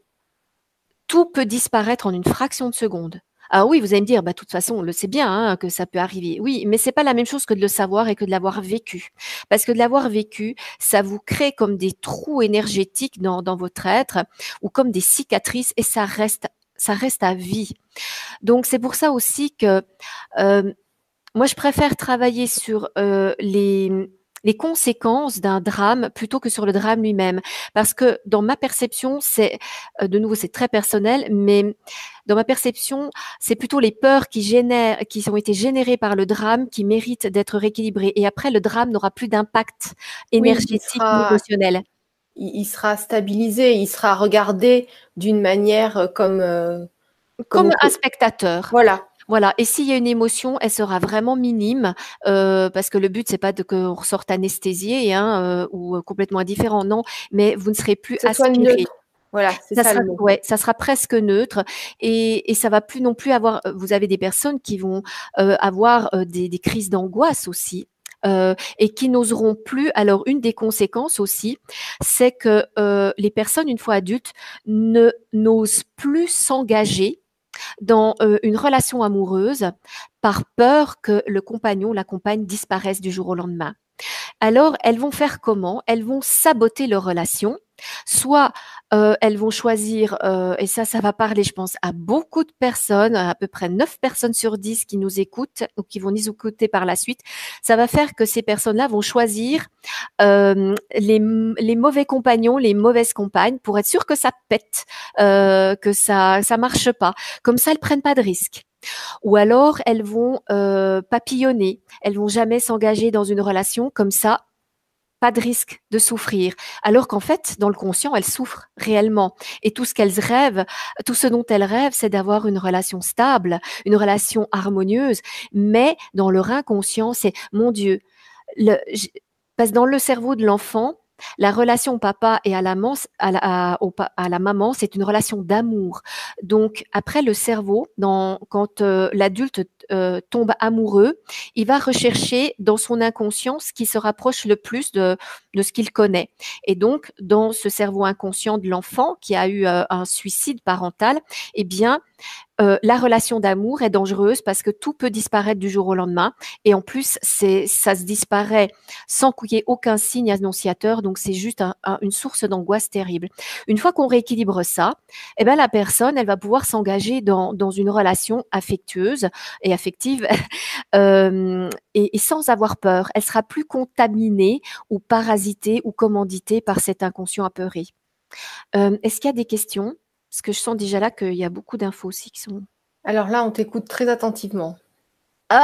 tout peut disparaître en une fraction de seconde. Ah oui, vous allez me dire, bah, de toute façon, on le sait bien hein, que ça peut arriver. Oui, mais c'est pas la même chose que de le savoir et que de l'avoir vécu. Parce que de l'avoir vécu, ça vous crée comme des trous énergétiques dans, dans votre être ou comme des cicatrices et ça reste, ça reste à vie. Donc c'est pour ça aussi que euh, moi je préfère travailler sur euh, les les conséquences d'un drame plutôt que sur le drame lui-même. Parce que dans ma perception, c'est, de nouveau, c'est très personnel, mais dans ma perception, c'est plutôt les peurs qui génèrent, qui ont été générées par le drame qui méritent d'être rééquilibrées. Et après, le drame n'aura plus d'impact énergétique oui, sera, ni émotionnel. Il, il sera stabilisé, il sera regardé d'une manière comme... Euh, comme, comme un spectateur. Voilà. Voilà. Et s'il y a une émotion, elle sera vraiment minime, euh, parce que le but c'est pas de qu'on ressorte anesthésié hein, euh, ou complètement indifférent, non. Mais vous ne serez plus aspiré. Voilà, c'est ça, ça, sera, le mot. Ouais, ça sera presque neutre et, et ça va plus non plus avoir. Vous avez des personnes qui vont euh, avoir euh, des, des crises d'angoisse aussi. Euh, et qui n'oseront plus. Alors, une des conséquences aussi, c'est que euh, les personnes, une fois adultes, ne n'osent plus s'engager dans euh, une relation amoureuse par peur que le compagnon, la compagne disparaisse du jour au lendemain. Alors, elles vont faire comment? Elles vont saboter leur relation. Soit euh, elles vont choisir, euh, et ça, ça va parler, je pense, à beaucoup de personnes, à peu près neuf personnes sur dix qui nous écoutent ou qui vont nous écouter par la suite. Ça va faire que ces personnes-là vont choisir euh, les, les mauvais compagnons, les mauvaises compagnes, pour être sûr que ça pète, euh, que ça ça marche pas. Comme ça, elles prennent pas de risques. Ou alors, elles vont euh, papillonner. Elles vont jamais s'engager dans une relation comme ça. Pas de risque de souffrir. Alors qu'en fait, dans le conscient, elles souffrent réellement. Et tout ce qu'elles rêvent, tout ce dont elles rêvent, c'est d'avoir une relation stable, une relation harmonieuse. Mais dans leur inconscient, c'est, mon Dieu, le, je, parce que dans le cerveau de l'enfant, la relation au papa et à la, à la, à, au, à la maman, c'est une relation d'amour. Donc, après, le cerveau, dans, quand euh, l'adulte euh, tombe amoureux, il va rechercher dans son inconscient ce qui se rapproche le plus de, de ce qu'il connaît. Et donc, dans ce cerveau inconscient de l'enfant qui a eu euh, un suicide parental, eh bien, Euh, la relation d'amour est dangereuse parce que tout peut disparaître du jour au lendemain. Et en plus, c'est, ça se disparaît sans qu'il y ait aucun signe annonciateur. Donc, c'est juste un, un, une source d'angoisse terrible. Une fois qu'on rééquilibre ça, eh ben, la personne, elle va pouvoir s'engager dans, dans une relation affectueuse et affective euh, et, et sans avoir peur. Elle sera plus contaminée ou parasitée ou commanditée par cet inconscient apeuré. Euh, est-ce qu'il y a des questions? Parce que je sens déjà là qu'il y a beaucoup d'infos aussi qui sont... Alors là, on t'écoute très attentivement. Ah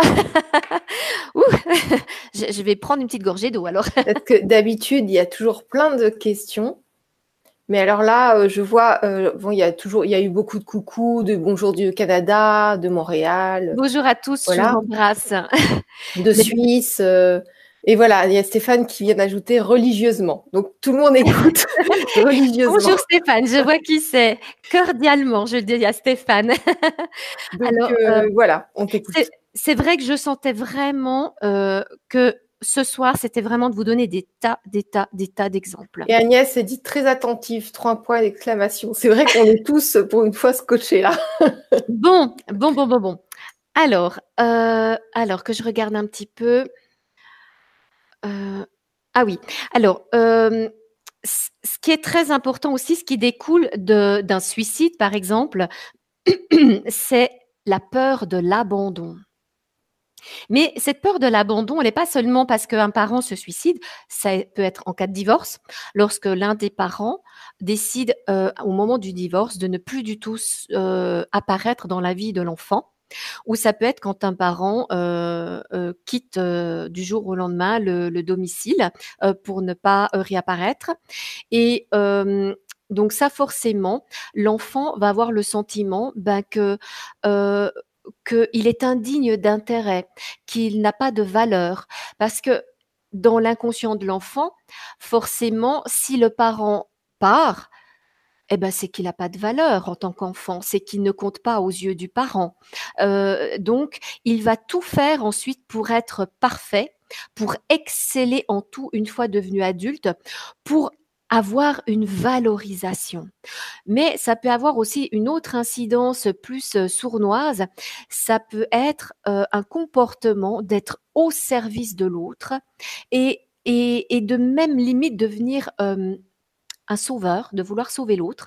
je, je vais prendre une petite gorgée d'eau alors. Parce que d'habitude, il y a toujours plein de questions. Mais alors là, je vois, euh, bon, il y a toujours, il y a eu beaucoup de coucou, de bonjour du Canada, de Montréal. Bonjour à tous, voilà. Je vous embrasse. De Suisse. Euh, et voilà, il y a Stéphane qui vient d'ajouter religieusement. Donc tout le monde écoute religieusement. Bonjour Stéphane, je vois qui c'est. Cordialement, je dis à Stéphane. Donc alors, euh, euh, voilà, on t'écoute. C'est, c'est vrai que je sentais vraiment euh, que ce soir, c'était vraiment de vous donner des tas, des tas, des tas d'exemples. Et Agnès s'est dit très attentive, trois points d'exclamation. C'est vrai qu'on est tous, pour une fois, scotchés là. Bon, bon, bon, bon, bon. Alors, euh, alors que je regarde un petit peu. Euh, ah oui, alors, euh, ce qui est très important aussi, ce qui découle de, d'un suicide, par exemple, c'est la peur de l'abandon. Mais cette peur de l'abandon, elle n'est pas seulement parce qu'un parent se suicide, ça peut être en cas de divorce, lorsque l'un des parents décide euh, au moment du divorce de ne plus du tout euh, apparaître dans la vie de l'enfant, ou ça peut être quand un parent euh, euh, quitte euh, du jour au lendemain le, le domicile euh, pour ne pas euh, réapparaître. Et euh, donc ça, forcément, l'enfant va avoir le sentiment ben, que euh, qu'il est indigne d'intérêt, qu'il n'a pas de valeur. Parce que dans l'inconscient de l'enfant, forcément, si le parent part, eh ben, c'est qu'il n'a pas de valeur en tant qu'enfant, c'est qu'il ne compte pas aux yeux du parent. Euh, donc, il va tout faire ensuite pour être parfait, pour exceller en tout une fois devenu adulte, pour avoir une valorisation. Mais ça peut avoir aussi une autre incidence plus euh, sournoise. Ça peut être euh, un comportement d'être au service de l'autre et, et, et de même limite devenir euh, un sauveur, de vouloir sauver l'autre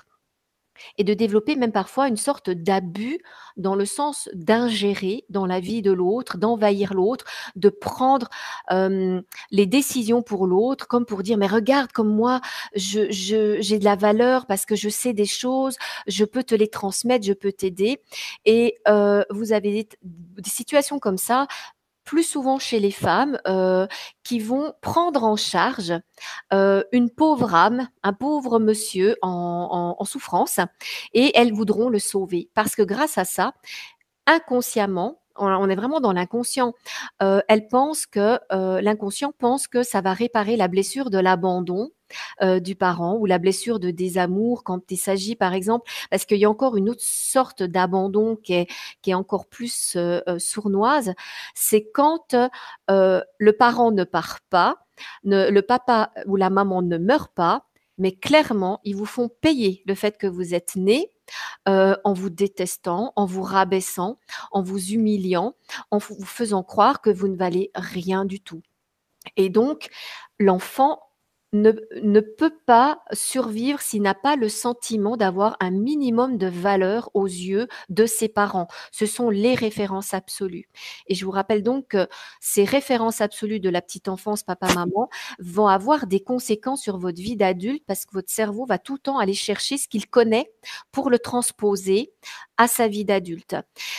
et de développer même parfois une sorte d'abus dans le sens d'ingérer dans la vie de l'autre, d'envahir l'autre, de prendre euh, les décisions pour l'autre, comme pour dire mais regarde comme moi je, je, j'ai de la valeur parce que je sais des choses, je peux te les transmettre, je peux t'aider. Et euh, vous avez des, des situations comme ça plus souvent chez les femmes euh, qui vont prendre en charge euh, une pauvre âme, un pauvre monsieur en, en, en souffrance, et elles voudront le sauver. Parce que grâce à ça, inconsciemment, on est vraiment dans l'inconscient. Euh, elle pense que euh, l'inconscient pense que ça va réparer la blessure de l'abandon euh, du parent ou la blessure de désamour quand il s'agit, par exemple, parce qu'il y a encore une autre sorte d'abandon qui est qui est encore plus euh, euh, sournoise, c'est quand euh, le parent ne part pas, ne, le papa ou la maman ne meurt pas, mais clairement ils vous font payer le fait que vous êtes né euh, en vous détestant, en vous rabaissant, en vous humiliant, en vous faisant croire que vous ne valez rien du tout. Et donc, l'enfant ne, ne peut pas survivre s'il n'a pas le sentiment d'avoir un minimum de valeur aux yeux de ses parents. Ce sont les références absolues. Et je vous rappelle donc que ces références absolues de la petite enfance, papa-maman, vont avoir des conséquences sur votre vie d'adulte parce que votre cerveau va tout le temps aller chercher ce qu'il connaît pour le transposer à sa vie d'adulte.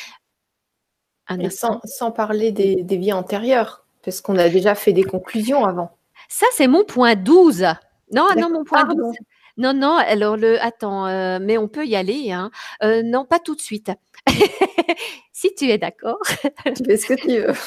Un Et sans, sans parler des, des vies antérieures, parce qu'on a déjà fait des conclusions avant. Ça, c'est mon point douze. Non, non, mon point Pardon. douze. Non, non, alors le, attends, euh, mais on peut y aller, hein. Euh, non, pas tout de suite. Si tu es d'accord. Tu fais ce que tu veux.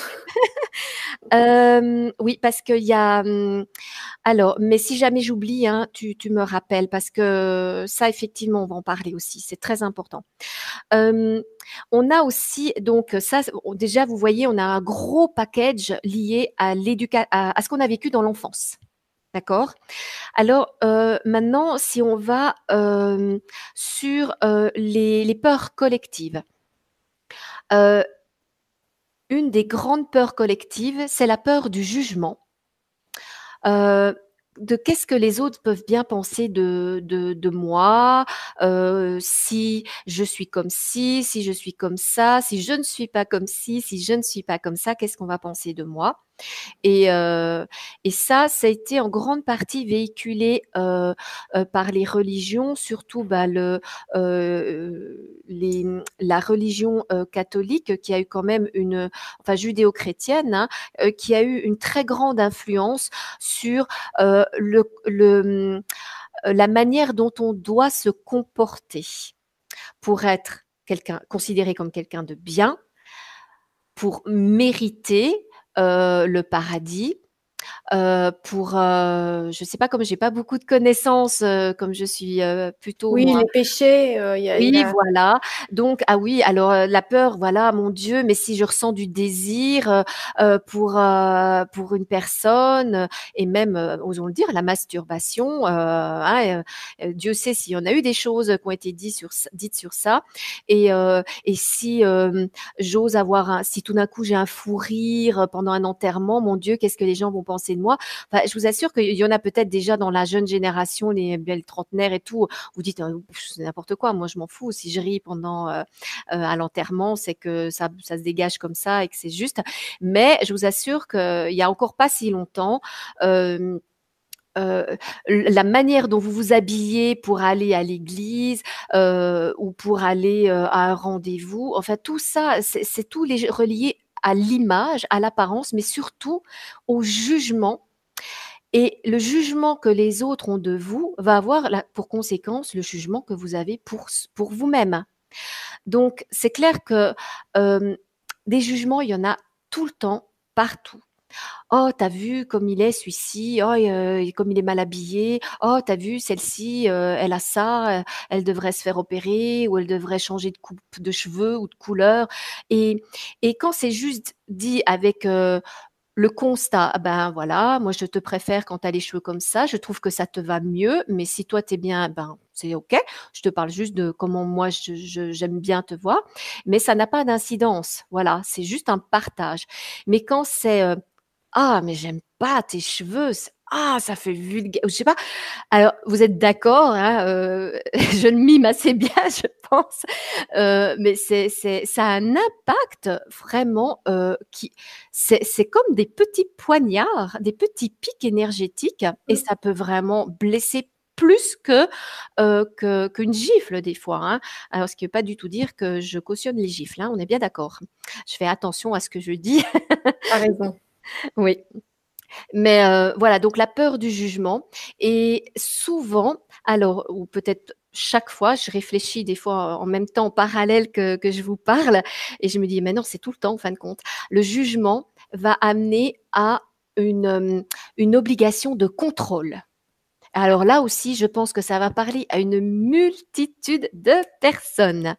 Euh, oui, parce qu'il y a. hum, Alors, mais si jamais j'oublie, hein, tu, tu me rappelles, parce que ça, effectivement, on va en parler aussi. C'est très important. Euh, on a aussi, donc, ça, on- déjà, vous voyez, on a un gros package lié à l'éducation, à, à ce qu'on a vécu dans l'enfance. D'accord? Alors, euh, maintenant, si on va euh, sur euh, les, les peurs collectives. Euh, une des grandes peurs collectives, c'est la peur du jugement. Euh, de qu'est-ce que les autres peuvent bien penser de, de, de moi, euh, si je suis comme ci, si je suis comme ça, si je ne suis pas comme ci, si je ne suis pas comme ça, qu'est-ce qu'on va penser de moi? Et, euh, et ça, ça a été en grande partie véhiculé euh, euh, par les religions, surtout bah, le, euh, les, la religion euh, catholique qui a eu quand même une, enfin judéo-chrétienne, hein, euh, qui a eu une très grande influence sur euh, le, le, la manière dont on doit se comporter pour être quelqu'un considéré comme quelqu'un de bien, pour mériter euh, le paradis, euh, pour, euh, je sais pas, comme j'ai pas beaucoup de connaissances, euh, comme je suis euh, plutôt Oui, moi. les péchés, euh, il y a, il y Oui, a- voilà. Donc, ah oui, alors euh, la peur, voilà, mon Dieu, mais si je ressens du désir euh, euh, pour euh, pour une personne, euh, et même, euh, osons le dire, la masturbation, euh, hein, euh, Dieu sait s'il y en a eu des choses qui ont été dites sur ça- dites sur ça. Et euh, et si euh, j'ose avoir un, si tout d'un coup j'ai un fou rire pendant un enterrement, mon Dieu, qu'est-ce que les gens vont penser penser de moi? Enfin, je vous assure qu'il y en a peut-être déjà dans la jeune génération, les belles trentenaires et tout. Vous dites, euh, c'est n'importe quoi. Moi, je m'en fous. Si je ris pendant euh, euh, à l'enterrement, c'est que ça, ça se dégage comme ça et que c'est juste. Mais je vous assure qu'il y a encore pas si longtemps. Euh, euh, la manière dont vous vous habillez pour aller à l'église euh, ou pour aller euh, à un rendez-vous, enfin tout ça, c'est c'est tout les, relié à l'image, à l'apparence, mais surtout au jugement. Et le jugement que les autres ont de vous va avoir la, pour conséquence le jugement que vous avez pour, pour vous-même. Donc c'est clair que euh, des jugements, il y en a tout le temps, partout. Oh, t'as vu comme il est celui-ci, oh, euh, comme il est mal habillé, oh, t'as vu celle-ci, euh, elle a ça, euh, elle devrait se faire opérer ou elle devrait changer de coupe de cheveux ou de couleur. Et, et quand c'est juste dit avec euh, le constat, ah ben voilà, moi je te préfère quand tu as les cheveux comme ça, je trouve que ça te va mieux, mais si toi t'es bien, ben c'est ok. Je te parle juste de comment moi je, je- j'aime bien te voir, mais ça n'a pas d'incidence. Voilà, c'est juste un partage. Mais quand c'est euh, ah, mais j'aime pas tes cheveux. c'est- Ah, ça fait vulgaire. Je sais pas. Alors, vous êtes d'accord, hein, euh, je le mime assez bien, je pense. Euh, mais c'est, c'est, ça a un impact vraiment euh, qui, c'est, c'est comme des petits poignards, des petits pics énergétiques, et Mm. ça peut vraiment blesser plus que, euh, que qu'une gifle des fois. Hein. Alors, ce qui ne veut pas du tout dire que je cautionne les gifles. Hein, on est bien d'accord. Je fais attention à ce que je dis. T'as raison. Oui. Mais euh, voilà, donc la peur du jugement. Et souvent, alors, ou peut-être chaque fois, je réfléchis des fois en même temps, en parallèle que, que je vous parle, et je me dis, mais non, c'est tout le temps, en fin de compte. Le jugement va amener à une, euh, une obligation de contrôle. Alors là aussi, je pense que ça va parler à une multitude de personnes.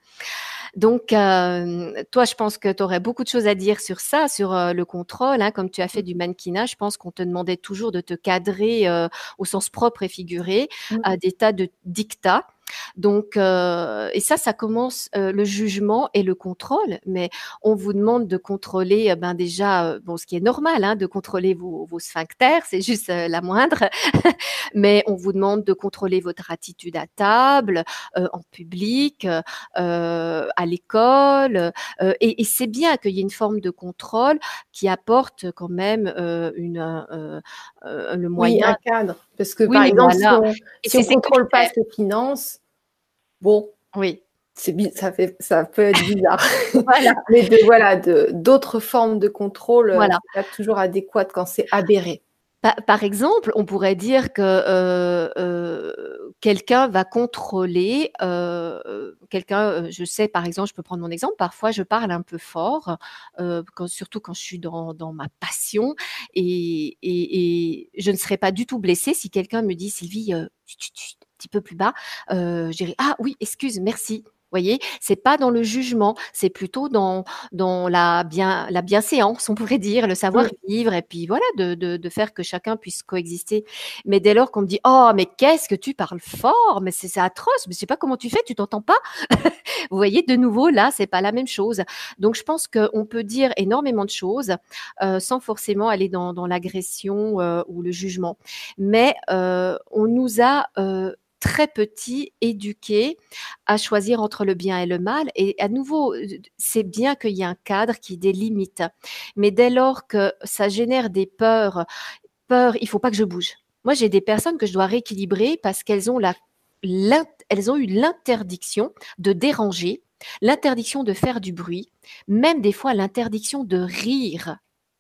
Donc, euh, toi, je pense que tu aurais beaucoup de choses à dire sur ça, sur euh, le contrôle. Hein, comme tu as fait du mannequinat, je pense qu'on te demandait toujours de te cadrer euh, au sens propre et figuré Mm. à des tas de dictats. Donc, euh, et ça, ça commence euh, le jugement et le contrôle. Mais on vous demande de contrôler, euh, ben déjà, euh, bon, ce qui est normal, hein, de contrôler vos, vos sphincters, c'est juste euh, la moindre. Mais on vous demande de contrôler votre attitude à table, euh, en public, euh, à l'école. Euh, et, et c'est bien qu'il y ait une forme de contrôle qui apporte quand même euh, une, euh, euh, le Oui, moyen. un cadre. Parce que par Oui, exemple, si voilà. on Et si c'est on contrôle pas sécuritaire. ses finances, bon, Oui, c'est bi- ça fait ça peut être bizarre. voilà, Mais de voilà, de d'autres formes de contrôle, euh, voilà. c'est pas toujours adéquat quand c'est aberré. Pa- Par exemple, on pourrait dire que euh, euh, quelqu'un va contrôler, euh, euh, quelqu'un, euh, je sais, par exemple, je peux prendre mon exemple, parfois je parle un peu fort, euh, quand- surtout quand je suis dans, dans ma passion, et, et, et je ne serais pas du tout blessée si quelqu'un me dit, Sylvie, euh, chut, chut, chut, un petit peu plus bas, euh, je dirais, ah oui, excuse, merci. Vous voyez, c'est pas dans le jugement, c'est plutôt dans dans la bien la bienséance, on pourrait dire, le Mm. savoir-vivre et puis voilà, de de de faire que chacun puisse coexister. Mais dès lors qu'on me dit: «Oh mais qu'est-ce que tu parles fort, mais c'est c'est atroce, mais je sais pas comment tu fais, tu t'entends pas?» Vous voyez, de nouveau, là, c'est pas la même chose. Donc je pense qu'on peut dire énormément de choses, heu, sans forcément aller dans dans l'agression, heu, ou le jugement. Mais, heu, on nous a, heu, très petits éduqués à choisir entre le bien et le mal et à nouveau, heu, c'est bien qu'il y ait un cadre qui délimite. Mais dès lors que ça génère des peurs, peur, il faut pas que je bouge. Moi, j'ai des personnes que je dois rééquilibrer parce qu'elles ont la l'int elles ont eu l'interdiction de déranger, l'interdiction de faire du bruit, même des fois l'interdiction de rire.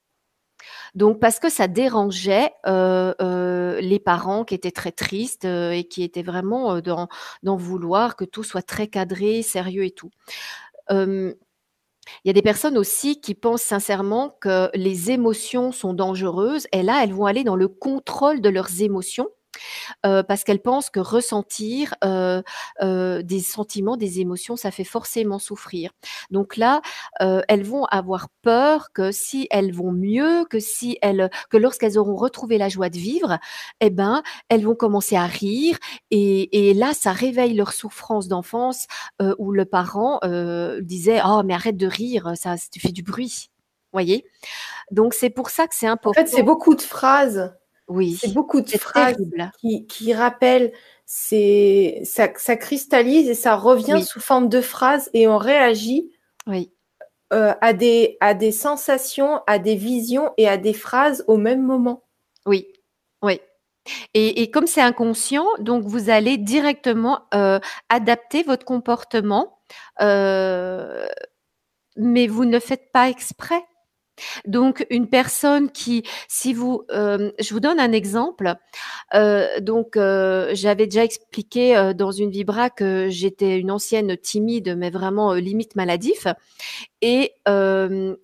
Donc parce que ça dérangeait, heu heu, les parents qui étaient très tristes, heu et qui étaient vraiment, heu, dans dans vouloir que tout soit très cadré, sérieux et tout. Hem, il y a des personnes aussi qui pensent sincèrement que les émotions sont dangereuses et là, elles vont aller dans le contrôle de leurs émotions, heu, parce qu'elles pensent que ressentir, heu heu, des sentiments, des émotions, ça fait forcément souffrir. Donc là, heu, elles vont avoir peur que si elles vont mieux, que si elles que lorsqu'elles auront retrouvé la joie de vivre, eh ben, elles vont commencer à rire et et là, ça réveille leur souffrance d'enfance, heu, où le parent, heu, disait: «Oh mais arrête de rire, ça tu fais du bruit». voyez? Donc c'est pour ça que c'est En fait, c'est important. beaucoup de phrases. Oui, C'est beaucoup de c'est phrases terrible. qui qui rappellent, c'est ça ça cristallise et ça revient Oui. sous forme de phrases et on réagit Oui. heu, à des à des sensations, à des visions et à des phrases au même moment. Oui, oui et et comme c'est inconscient, donc vous allez directement, heu, adapter votre comportement, heu, mais vous ne le faites pas exprès. Donc une personne qui si vous, hem, je vous donne un exemple, heu, donc heu, j'avais déjà expliqué, heu, dans une vibra que j'étais une ancienne timide, mais vraiment, heu, limite maladif et hem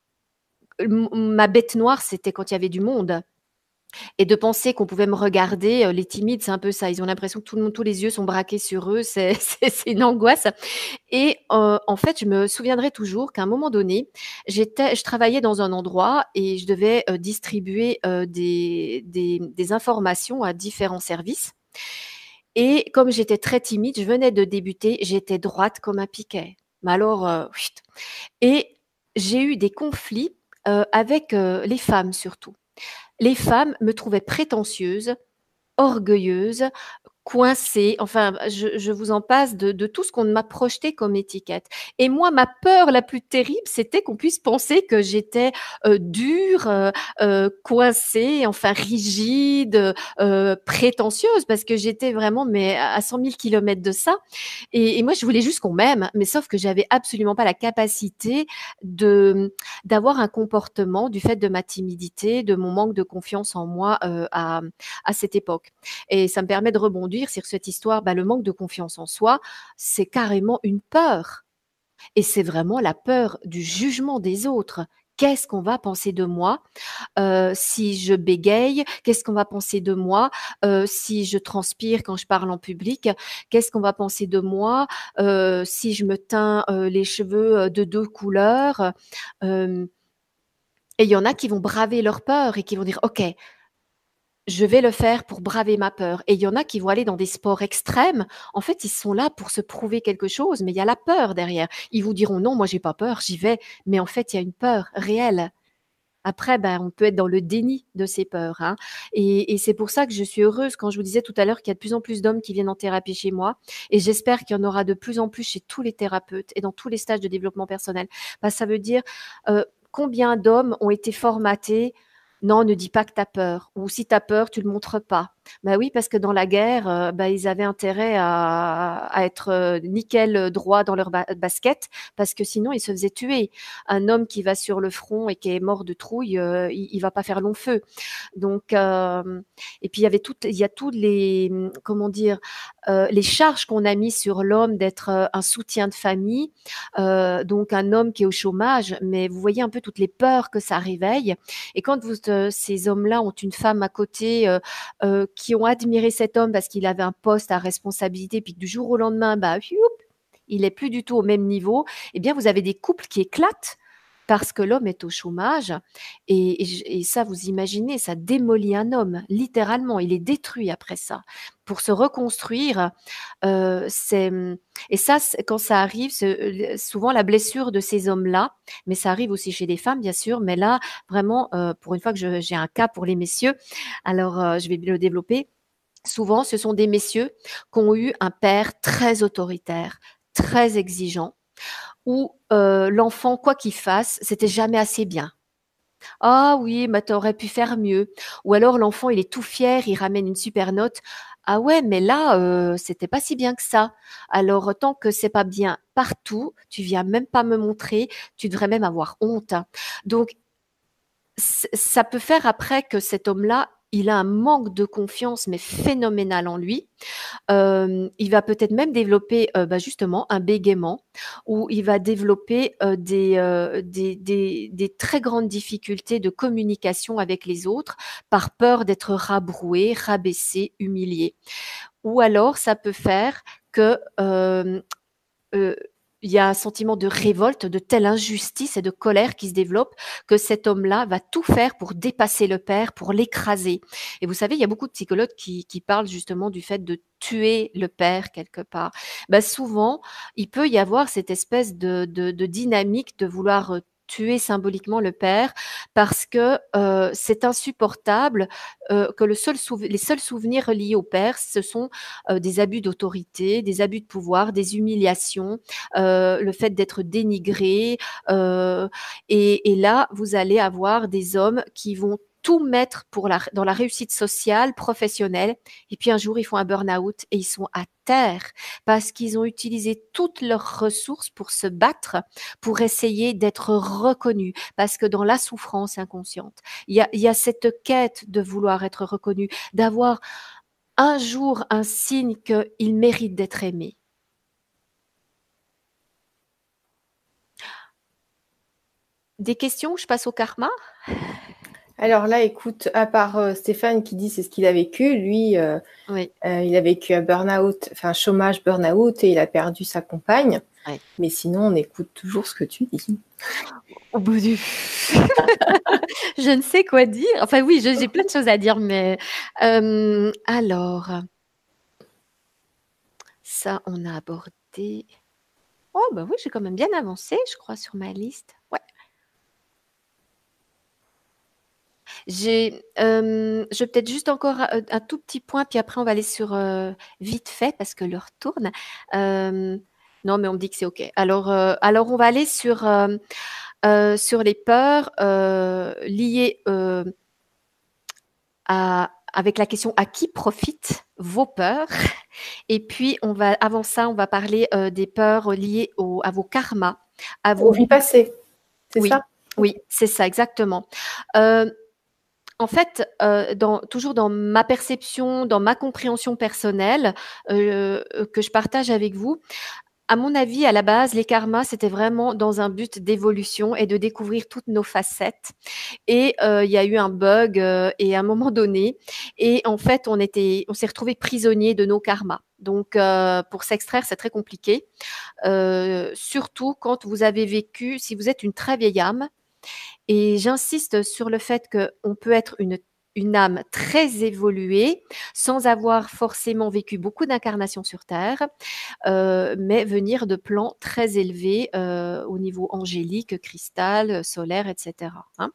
m ma bête noire, c'était quand il y avait du monde et de penser qu'on pouvait me regarder, heu, les timides, c'est un peu ça, ils ont l'impression que tout le monde tous les yeux sont braqués sur eux, c'est c'est c'est une angoisse et heu, en fait, je me souviendrai toujours qu'à un moment donné, j'étais je travaillais dans un endroit et je devais, heu, distribuer, heu, des des des informations à différents services et comme j'étais très timide, je venais de débuter, j'étais droite comme un piquet. Mais alors, heu, et j'ai eu des conflits, heu, avec, heu, les femmes surtout. Les femmes me trouvaient prétentieuse, orgueilleuse, coincée, enfin je je vous en passe de de tout ce qu'on m'a projeté comme étiquette et moi, ma peur la plus terrible, c'était qu'on puisse penser que j'étais, heu, dure, heu heu, coincée, enfin rigide, heu heu, prétentieuse parce que j'étais vraiment mais à cent mille kilomètres de ça et et moi, je voulais juste qu'on m'aime, mais sauf que j'avais absolument pas la capacité de, mmh, d'avoir un comportement du fait de ma timidité, de mon manque de confiance en moi, heu, à à cette époque et ça me permet de rebondir sur cette histoire, bah, le manque de confiance en soi, c'est carrément une peur et c'est vraiment la peur du jugement des autres. Qu'est-ce qu'on va penser de moi, heu, si je bégaye? Qu'est-ce qu'on va penser de moi, heu, si je transpire quand je parle en public? Qu'est-ce qu'on va penser de moi, heu, si je me teins, heu, les cheveux, heu, de deux couleurs? Hem et il y en a qui vont braver leur peur et qui vont dire: «OK, je vais le faire pour braver ma peur» et il y en a qui vont aller dans des sports extrêmes. En fait, ils sont là pour se prouver quelque chose, mais il y a la peur derrière. Ils vous diront: «Non, moi j'ai pas peur, j'y vais», mais en fait, il y a une peur réelle. Après, ben, on peut être dans le déni de ses peurs, hein et et c'est pour ça que je suis heureuse quand je vous disais tout à l'heure qu'il y a de plus en plus d'hommes qui viennent en thérapie chez moi et j'espère qu'il y en aura de plus en plus chez tous les thérapeutes et dans tous les stages de développement personnel. Bah, ça veut dire, heu, combien d'hommes ont été formatés: «Non, ne dis pas que tu as peur» ou «Si tu as peur, tu le montres pas». Bah, oui, parce que dans la guerre, heu, bah, ils avaient intérêt à à être, heu, nickel, heu, droit dans leur ba basket parce que sinon ils se faisaient tuer. Un homme qui va sur le front et qui est mort de trouille, heu, il il va pas faire long feu. Donc hem et puis il y avait toutes il y a tous les, mmh, comment dire? Heu, les charges qu'on a mis sur l'homme d'être, heu, un soutien de famille, heu, donc un homme qui est au chômage, mais vous voyez un peu toutes les peurs que ça réveille et quand vous, heu, ces hommes-là ont une femme à côté, heu heu, qui ont admiré cet homme parce qu'il avait un poste à responsabilité, puis que du jour au lendemain, bah, youp, il est plus du tout au même niveau, eh bien, vous avez des couples qui éclatent parce que l'homme est au chômage et et j et ça, vous imaginez, ça démolit un homme, littéralement, il est détruit après ça. Pour se reconstruire, heu, c'est, mmh et ça, c'est quand ça arrive, c'est, heu, le souvent la blessure de ces hommes-là, mais ça arrive aussi chez les femmes, bien sûr, mais là, vraiment, heu, pour une fois que je j'ai un cas pour les messieurs, alors, heu, je vais le développer. Souvent, ce sont des messieurs qui ont eu un père très autoritaire, très exigeant, où, heu, l'enfant, quoi qu'il fasse, c'était jamais assez bien. «Ah oui, mais tu aurais pu faire mieux» ou alors l'enfant, il est tout fier, il ramène une super note. «Ah ouais, mais là, heu, c'était pas si bien que ça. Alors tant que c'est pas bien partout, tu viens même pas me montrer, tu devrais même avoir honte», hein. Donc ç ça peut faire après que cet homme-là, il a un manque de confiance, mais phénoménal en lui. Hem, il va peut-être même développer, heu, bah, justement un bégaiement ou il va développer, heu, des, heu, des des des très grandes difficultés de communication avec les autres par peur d'être rabroué, rabaissé, humilié. Ou alors ça peut faire que, hem, heu, il y a un sentiment de révolte, de telle injustice et de colère qui se développe que cet homme-là va tout faire pour dépasser le père, pour l'écraser. Et vous savez, il y a beaucoup de psychologues qui qui parlent justement du fait de tuer le père quelque part. Bah, souvent, il peut y avoir cette espèce de de de dynamique de vouloir, heu, tuer symboliquement le père parce que euh, c'est insupportable euh, que le seul souve- les seuls souvenirs liés au père, ce sont euh, des abus d'autorité, des abus de pouvoir, des humiliations, euh, le fait d'être dénigré. euh, et, et là, vous allez avoir des hommes qui vont tout mettre pour la, dans la réussite sociale, professionnelle, et puis un jour ils font un burn-out et ils sont à terre parce qu'ils ont utilisé toutes leurs ressources pour se battre, pour essayer d'être reconnus, parce que dans la souffrance inconsciente, il y a, il y a cette quête de vouloir être reconnu, d'avoir un jour un signe qu'il mérite d'être aimé. Des questions? Je passe au karma. Alors là, écoute, à part euh, Stéphane qui dit c'est ce qu'il a vécu, lui, euh, Oui. euh, il a vécu un burn-out, enfin un chômage burn-out et il a perdu sa compagne. Ouais. Mais sinon, on écoute toujours ce que tu dis. Au bout du... je ne sais quoi dire. Enfin oui, je- j'ai plein de choses à dire, mais euh, alors, ça, on a abordé. Oh bah oui, j'ai quand même bien avancé, je crois, sur ma liste. Ouais. J'ai, euh, je vais peut-être juste encore un, un tout petit point, puis après on va aller sur euh, vite fait parce que l'heure tourne. Euh, non, mais on me dit que c'est OK. Alors, euh, alors on va aller sur euh, euh, sur les peurs euh, liées euh, à avec la question à qui profitent vos peurs. Et puis on va avant ça, on va parler euh, des peurs liées au, à vos karmas, à vos Aux vies passées, c'est oui, ça? oui, c'est ça exactement. Euh, En fait, euh, dans, toujours dans ma perception, dans ma compréhension personnelle euh, euh, que je partage avec vous, à mon avis, à la base, les karmas, c'était vraiment dans un but d'évolution et de découvrir toutes nos facettes. Et euh, il y a eu un bug euh, et à un moment donné, et en fait, on était, on s'est retrouvé prisonnier de nos karmas. Donc, euh, pour s'extraire, c'est très compliqué, euh, surtout quand vous avez vécu, si vous êtes une très vieille âme. Et j'insiste sur le fait qu'on peut être une, une âme très évoluée sans avoir forcément vécu beaucoup d'incarnations sur Terre, euh, mais venir de plans très élevés euh, au niveau angélique, cristal, solaire, et cetera. Hein.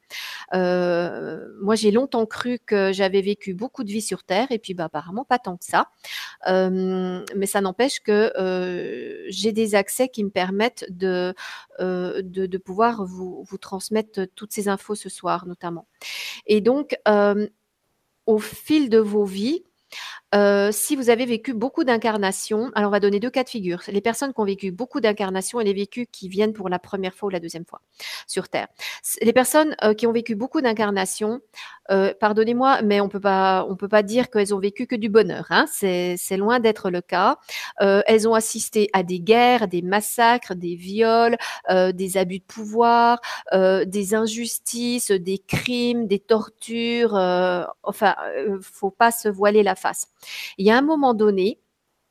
Euh, moi, j'ai longtemps cru que j'avais vécu beaucoup de vie sur Terre, et puis bah, apparemment pas tant que ça. Euh, mais ça n'empêche que euh, j'ai des accès qui me permettent de, euh, de, de pouvoir vous, vous transmettre toutes ces infos ce soir, notamment. Et donc, euh, au fil de vos vies, euh, si vous avez vécu beaucoup d'incarnations, alors on va donner deux cas de figure. Les personnes qui ont vécu beaucoup d'incarnations et les vécus qui viennent pour la première fois ou la deuxième fois sur Terre. Les personnes euh, qui ont vécu beaucoup d'incarnations, euh, pardonnez-moi, mais on peut pas, on peut pas dire qu'elles ont vécu que du bonheur. Hein. C'est, c'est loin d'être le cas. Euh, elles ont assisté à des guerres, des massacres, des viols, euh, des abus de pouvoir, euh, des injustices, des crimes, des tortures. Euh, enfin, euh, faut pas se voiler la face. Il y a un moment donné,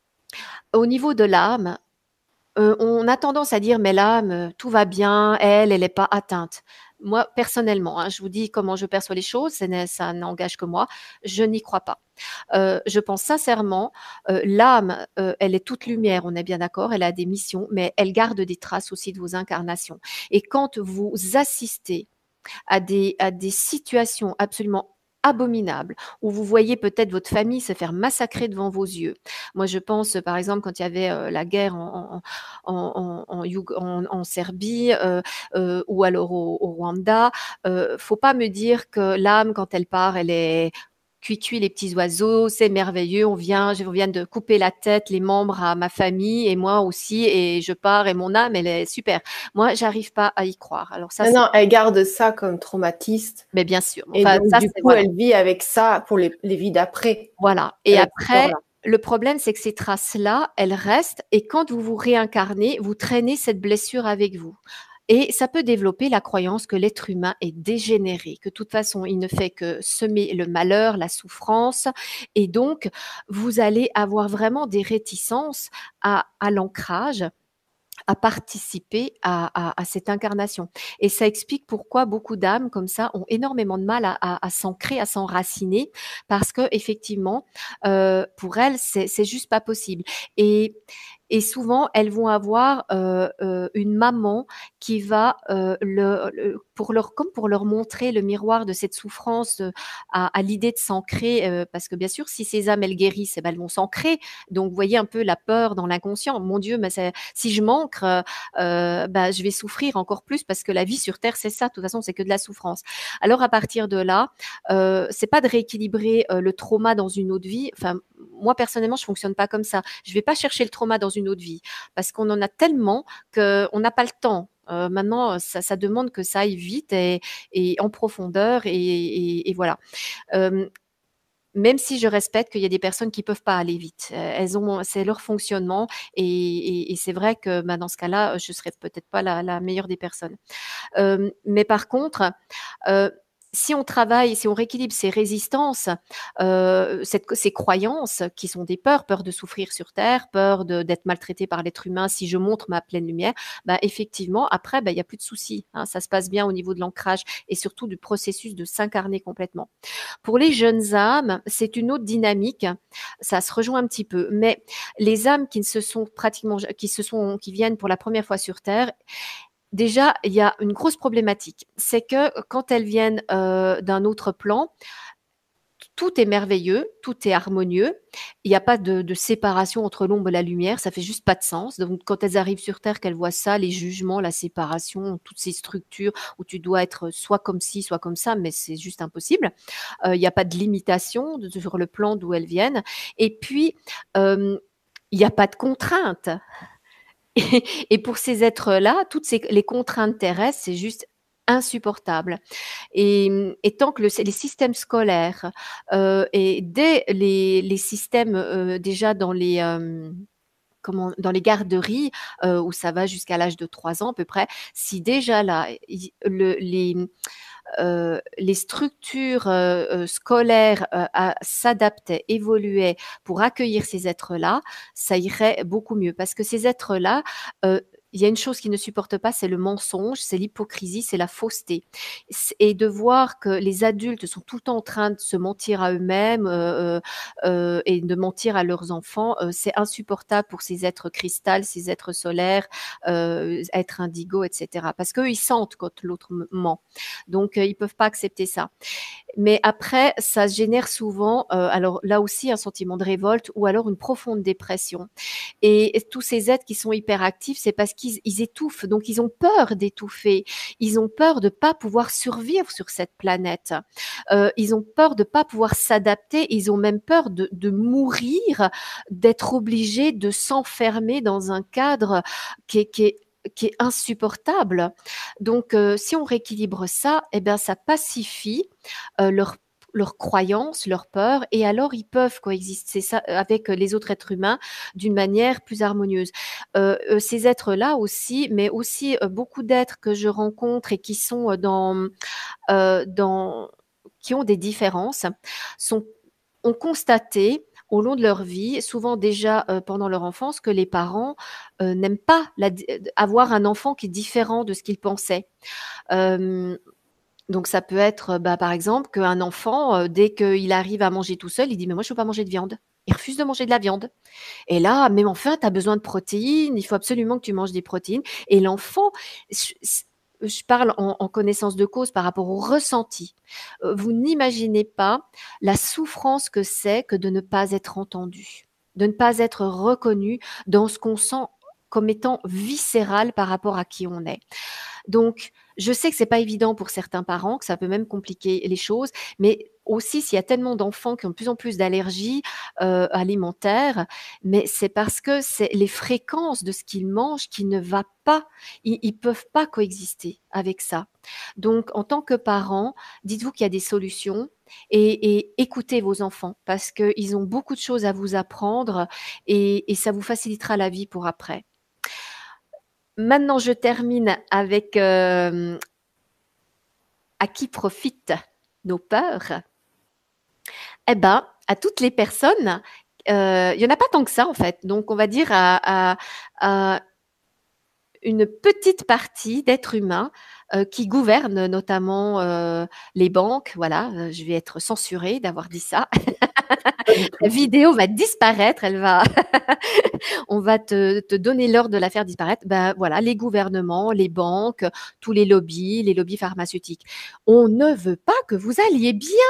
au niveau de l'âme, euh, on a tendance à dire mais l'âme, euh, tout va bien, elle, elle n'est pas atteinte. Moi, personnellement, hein, je vous dis comment je perçois les choses, ça, n'est- ça n'engage que moi, je n'y crois pas. Euh, je pense sincèrement, euh, l'âme, euh, elle est toute lumière, on est bien d'accord, elle a des missions, mais elle garde des traces aussi de vos incarnations. Et quand vous assistez à des, à des situations absolument abominables, où vous voyez peut-être votre famille se faire massacrer devant vos yeux. Moi, je pense, par exemple, quand il y avait euh, la guerre en, en, en, en, en, en Serbie euh, euh, ou alors au, au Rwanda, euh, faut pas me dire que l'âme, quand elle part, elle est cuit-cuit les petits oiseaux, c'est merveilleux, on vient, je viens de couper la tête, les membres à ma famille et moi aussi, et je pars et mon âme, elle est super. Moi, j'arrive pas à y croire. Alors ça, Non, c'est... non, elle garde ça comme traumatiste. Mais bien sûr. Et Enfin, donc, ça, du c'est coup, voilà. elle vit avec ça pour les, les vies d'après, Voilà. Et avec ces après, peurs-là. le problème, c'est que ces traces-là, elles restent. Et quand vous vous réincarnez, vous traînez cette blessure avec vous. Et ça peut développer la croyance que l'être humain est dégénéré, que de toute façon, il ne fait que semer le malheur, la souffrance. Et donc, vous allez avoir vraiment des réticences à, à l'ancrage, à participer à, à, à cette incarnation. Et ça explique pourquoi beaucoup d'âmes comme ça ont énormément de mal à, à, à s'ancrer, à s'enraciner, parce que effectivement, euh, pour elles, c'est, c'est juste pas possible. Et et souvent, elles vont avoir euh, euh, une maman qui va euh, le, le- pour leur, comme pour leur montrer le miroir de cette souffrance euh, à, à l'idée de s'ancrer, euh, parce que bien sûr, si ces âmes elles guérissent, eh ben, elles vont s'ancrer. Donc, vous voyez un peu la peur dans l'inconscient. Mon Dieu, mais c'est- si je manque, euh, euh, bah, je vais souffrir encore plus parce que la vie sur Terre, c'est ça. De toute façon, c'est que de la souffrance. Alors, à partir de là, euh, c'est pas de rééquilibrer euh, le trauma dans une autre vie. Enfin, moi personnellement, je fonctionne pas comme ça. Je vais pas chercher le trauma dans une autre vie parce qu'on en a tellement qu'on n'a pas le temps. Euh, maintenant, ça, ça demande que ça aille vite et, et en profondeur et, et, et voilà. Euh, Même si je respecte qu'il y a des personnes qui peuvent pas aller vite, Euh, elles ont, c'est leur fonctionnement et, et, et c'est vrai que bah, dans ce cas-là, je serais peut-être pas la, la meilleure des personnes. Euh, mais par contre, euh, si on travaille, si on rééquilibre ces résistances, euh, cette, ces croyances qui sont des peurs, peur de souffrir sur Terre, peur de, d'être maltraité par l'être humain si je montre ma pleine lumière, bah, effectivement, après, bah, il n'y a plus de soucis. Hein, ça se passe bien au niveau de l'ancrage et surtout du processus de s'incarner complètement. Pour les jeunes âmes, c'est une autre dynamique. Ça se rejoint un petit peu. Mais les âmes qui se sont pratiquement, qui se sont, qui viennent pour la première fois sur Terre, déjà, il y a une grosse problématique. C'est que quand elles viennent euh, d'un autre plan, tout est merveilleux, tout est harmonieux. Il n'y a pas de, de séparation entre l'ombre et la lumière, ça fait juste pas de sens. Donc, quand elles arrivent sur Terre, qu'elles voient ça, les jugements, la séparation, toutes ces structures où tu dois être soit comme ci, soit comme ça, mais c'est juste impossible. Euh, Il n'y a pas de limitation de, sur le plan d'où elles viennent. Et puis, euh, il n'y a pas de contraintes. Et, et pour ces êtres-là, toutes ces, les contraintes terrestres, c'est juste insupportable. Et, et tant que le, les systèmes scolaires euh, et dès les, les systèmes euh, déjà dans les euh, comment, dans les garderies euh, où ça va jusqu'à l'âge de trois ans à peu près, si déjà là y- le, les euh, les structures euh, euh, scolaires euh, à- s'adaptaient, évoluaient pour accueillir ces êtres-là, ça irait beaucoup mieux. Parce que ces êtres-là, euh, il y a une chose qu'ils ne supportent pas, c'est le mensonge, c'est l'hypocrisie, c'est la fausseté. Et de voir que les adultes sont tout le temps en train de se mentir à eux-mêmes euh, euh, et de mentir à leurs enfants, euh, c'est insupportable pour ces êtres cristal, ces êtres solaires, euh, êtres indigo, et cetera. Parce qu'eux, ils sentent quand l'autre ment. Donc, euh, ils peuvent pas accepter ça. Mais après, ça génère souvent, euh, alors là aussi, un sentiment de révolte ou alors une profonde dépression. Et, et tous ces êtres qui sont hyperactifs, c'est parce qu'ils ils étouffent. Donc, ils ont peur d'étouffer. Ils ont peur de pas pouvoir survivre sur cette planète. Euh, ils ont peur de pas pouvoir s'adapter. Ils ont même peur de, de mourir, d'être obligés de s'enfermer dans un cadre qui est, qui est qui est insupportable. Donc, euh, si on rééquilibre ça, eh bien, ça pacifie euh, leur leurs croyances, leurs peurs, et alors ils peuvent coexister ça avec les autres êtres humains d'une manière plus harmonieuse. Euh, euh, ces êtres-là aussi, mais aussi euh, beaucoup d'êtres que je rencontre et qui sont dans, euh, dans, qui ont des différences, sont, ont constaté au long de leur vie, souvent déjà euh, pendant leur enfance, que les parents euh, n'aiment pas la, avoir un enfant qui est différent de ce qu'ils pensaient. Euh, donc ça peut être, bah, par exemple, qu'un enfant, euh, dès qu'il arrive à manger tout seul, il dit mais moi je veux pas manger de viande. Il refuse de manger de la viande. Et là, même enfin, tu as besoin de protéines, il faut absolument que tu manges des protéines. Et l'enfant, je, je parle en, en connaissance de cause par rapport au ressenti. Euh, Vous n'imaginez pas la souffrance que c'est que de ne pas être entendu, de ne pas être reconnu dans ce qu'on sent comme étant viscéral par rapport à qui on est. Donc, je sais que c'est pas évident pour certains parents, que ça peut même compliquer les choses, mais aussi s'il y a tellement d'enfants qui ont de plus en plus d'allergies euh, alimentaires, mais c'est parce que c'est les fréquences de ce qu'ils mangent qui ne va pas, ils, ils peuvent pas coexister avec ça. Donc, en tant que parent, dites-vous qu'il y a des solutions. Et, et écoutez vos enfants parce qu'ils ont beaucoup de choses à vous apprendre et, et ça vous facilitera la vie pour après. Maintenant, je termine avec euh, à qui profitent nos peurs. Eh ben, à toutes les personnes, euh, il y en a pas tant que ça en fait. Donc, on va dire à, à, à une petite partie d'êtres humains euh, qui gouvernent notamment euh, les banques. Voilà, euh, je vais être censurée d'avoir dit ça. Pas du tout. La vidéo va disparaître, elle va, on va te, te donner l'ordre de la faire disparaître. Ben voilà, les gouvernements, les banques, tous les lobbies, les lobbies pharmaceutiques. On ne veut pas que vous alliez bien.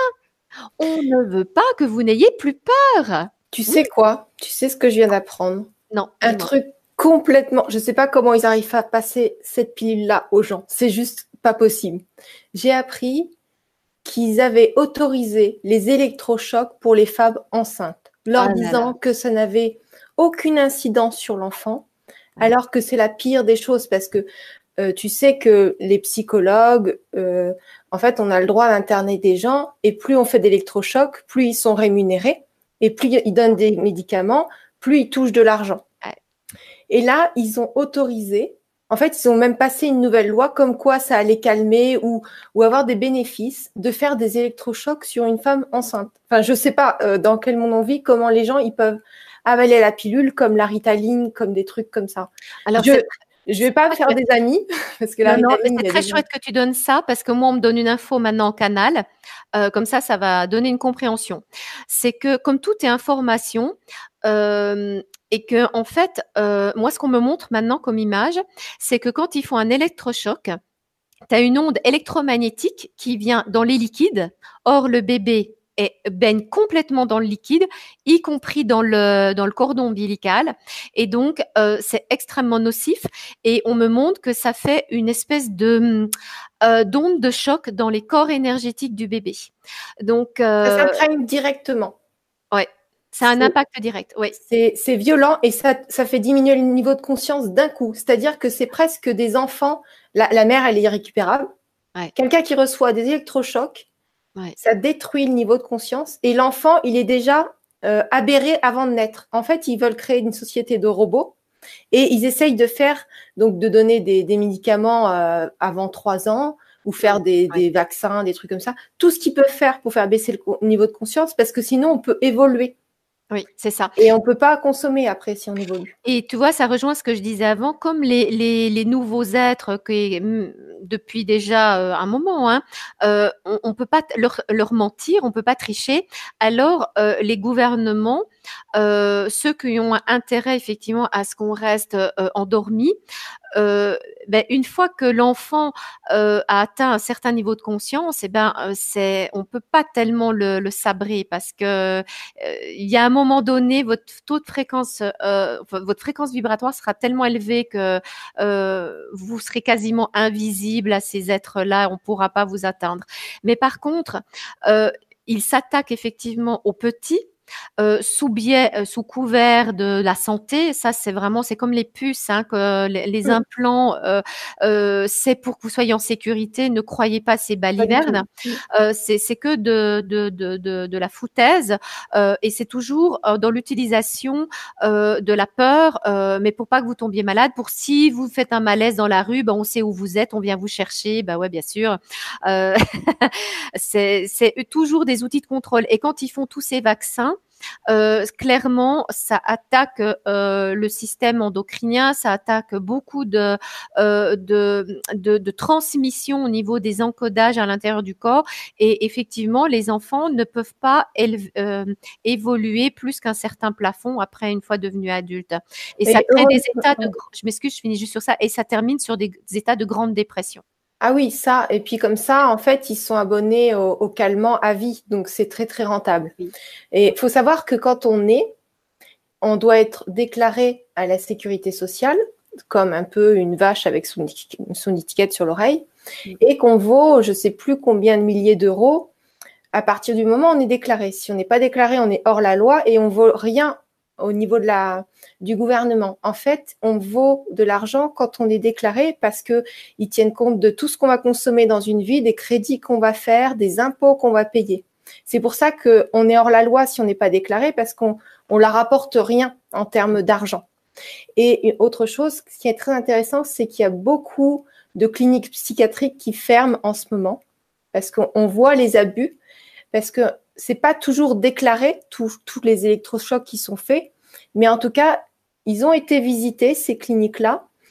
On ne veut pas que vous n'ayez plus peur. Tu Oui, sais quoi? Tu sais ce que je viens d'apprendre? non, Un dis-moi. truc complètement. Je ne sais pas comment ils arrivent à passer cette pilule-là aux gens. C'est juste pas possible. J'ai appris qu'ils avaient autorisé les électrochocs pour les femmes enceintes, leur Ah là là. disant que ça n'avait aucune incidence sur l'enfant, Ouais. alors que c'est la pire des choses parce que euh, tu sais que les psychologues, euh, en fait, on a le droit d'interner des gens et plus on fait d'électrochocs, plus ils sont rémunérés et plus ils donnent des médicaments, plus ils touchent de l'argent. Ouais. Et là, ils ont autorisé, en fait, ils ont même passé une nouvelle loi comme quoi ça allait calmer ou, ou avoir des bénéfices de faire des électrochocs sur une femme enceinte. Enfin, je sais pas euh, dans quel monde on vit, comment les gens ils peuvent avaler la pilule comme la Ritaline, comme des trucs comme ça. Alors, je c'est je vais pas me faire des amis parce que la non, non, mais Ritaline, il c'est y a très des gens. chouette que tu donnes ça parce que moi, on me donne une info maintenant en canal. Euh, comme ça, ça va donner une compréhension. C'est que comme tout est information, euh, et que en fait, euh, moi, ce qu'on me montre maintenant comme image, c'est que quand ils font un électrochoc, tu as une onde électromagnétique qui vient dans les liquides. Or, le bébé est, baigne complètement dans le liquide, y compris dans le, dans le cordon ombilical. Et donc, euh, c'est extrêmement nocif. Et on me montre que ça fait une espèce de euh, d'onde de choc dans les corps énergétiques du bébé. Donc, Ça euh, s'imprègne directement. ouais, ça a un C'est impact direct. Oui, c'est- c'est violent et ça, ça fait diminuer le niveau de conscience d'un coup. C'est-à-dire que c'est presque des enfants. La, la mère, elle est irrécupérable. ouais, Quelqu'un qui reçoit des électrochocs, ouais. ça détruit le niveau de conscience et l'enfant, il est déjà euh, aberré avant de naître. En fait, ils veulent créer une société de robots et ils essayent de faire, donc de donner des, des médicaments euh, avant trois ans ou faire des, Ouais. des vaccins, des trucs comme ça. Tout ce qu'ils peuvent faire pour faire baisser le co- niveau de conscience parce que sinon, on peut évoluer Oui, c'est ça. et on ne peut pas consommer après si on évolue. Et tu vois, ça rejoint ce que je disais avant, comme les, les, les nouveaux êtres qui, mm, depuis déjà euh, un moment, hein, euh, on, on peut pas t- leur, leur mentir, on peut pas tricher. Alors, euh, les gouvernements, euh, ceux qui ont intérêt effectivement à ce qu'on reste euh, endormi, euh, ben, une fois que l'enfant euh, a atteint un certain niveau de conscience, eh ben, euh, c'est, on peut pas tellement le, le sabrer parce que euh, il y a un moment donné, votre taux de fréquence, euh, enfin, votre fréquence vibratoire sera tellement élevée que euh, vous serez quasiment invisible à ces êtres-là, on ne pourra pas vous atteindre. Mais par contre, euh, il s'attaque effectivement aux petits. Euh, sous biais, euh, sous couvert de la santé, ça c'est vraiment, c'est comme les puces, hein, que les, les Mm, implants, euh, euh, c'est pour que vous soyez en sécurité. Ne croyez pas ces pas du balivernes. tout. Mm. Euh, c'est, c'est que de, de, de, de, de la foutaise, euh, et c'est toujours euh, dans l'utilisation euh, de la peur, euh, mais pour pas que vous tombiez malade. Pour si vous faites un malaise dans la rue, ben on sait où vous êtes, on vient vous chercher. Ben ouais, bien sûr. Euh, c'est, c'est toujours des outils de contrôle. Et quand ils font tous ces vaccins, euh, clairement, ça attaque euh, le système endocrinien, ça attaque beaucoup de, euh, de, de, de transmission au niveau des encodages à l'intérieur du corps. Et effectivement, les enfants ne peuvent pas élever, euh, évoluer plus qu'un certain plafond après une fois devenus adultes. Et ça Et crée des états de, heureusement, je m'excuse, je finis juste sur ça, et ça termine sur des, des états de grande dépression. ah oui, ça. Et puis comme ça, en fait, ils sont abonnés au, au calmant à vie. Donc c'est très, très rentable. Oui. Et il faut savoir que quand on est, on doit être déclaré à la sécurité sociale, comme un peu une vache avec son, son étiquette sur l'oreille, Oui. et qu'on vaut, je ne sais plus combien de milliers d'euros à partir du moment où on est déclaré. Si on n'est pas déclaré, on est hors la loi et on ne vaut rien au niveau de la, du gouvernement. En fait, on vaut de l'argent quand on est déclaré parce qu'ils tiennent compte de tout ce qu'on va consommer dans une vie, des crédits qu'on va faire, des impôts qu'on va payer. C'est pour ça qu'on est hors la loi si on n'est pas déclaré parce qu'on ne la rapporte rien en termes d'argent. Et une autre chose, ce qui est très intéressant, c'est qu'il y a beaucoup de cliniques psychiatriques qui ferment en ce moment parce qu'on voit les abus, parce que c'est pas toujours déclaré, tous les électrochocs qui sont faits, mais en tout cas, ils ont été visités, ces cliniques-là,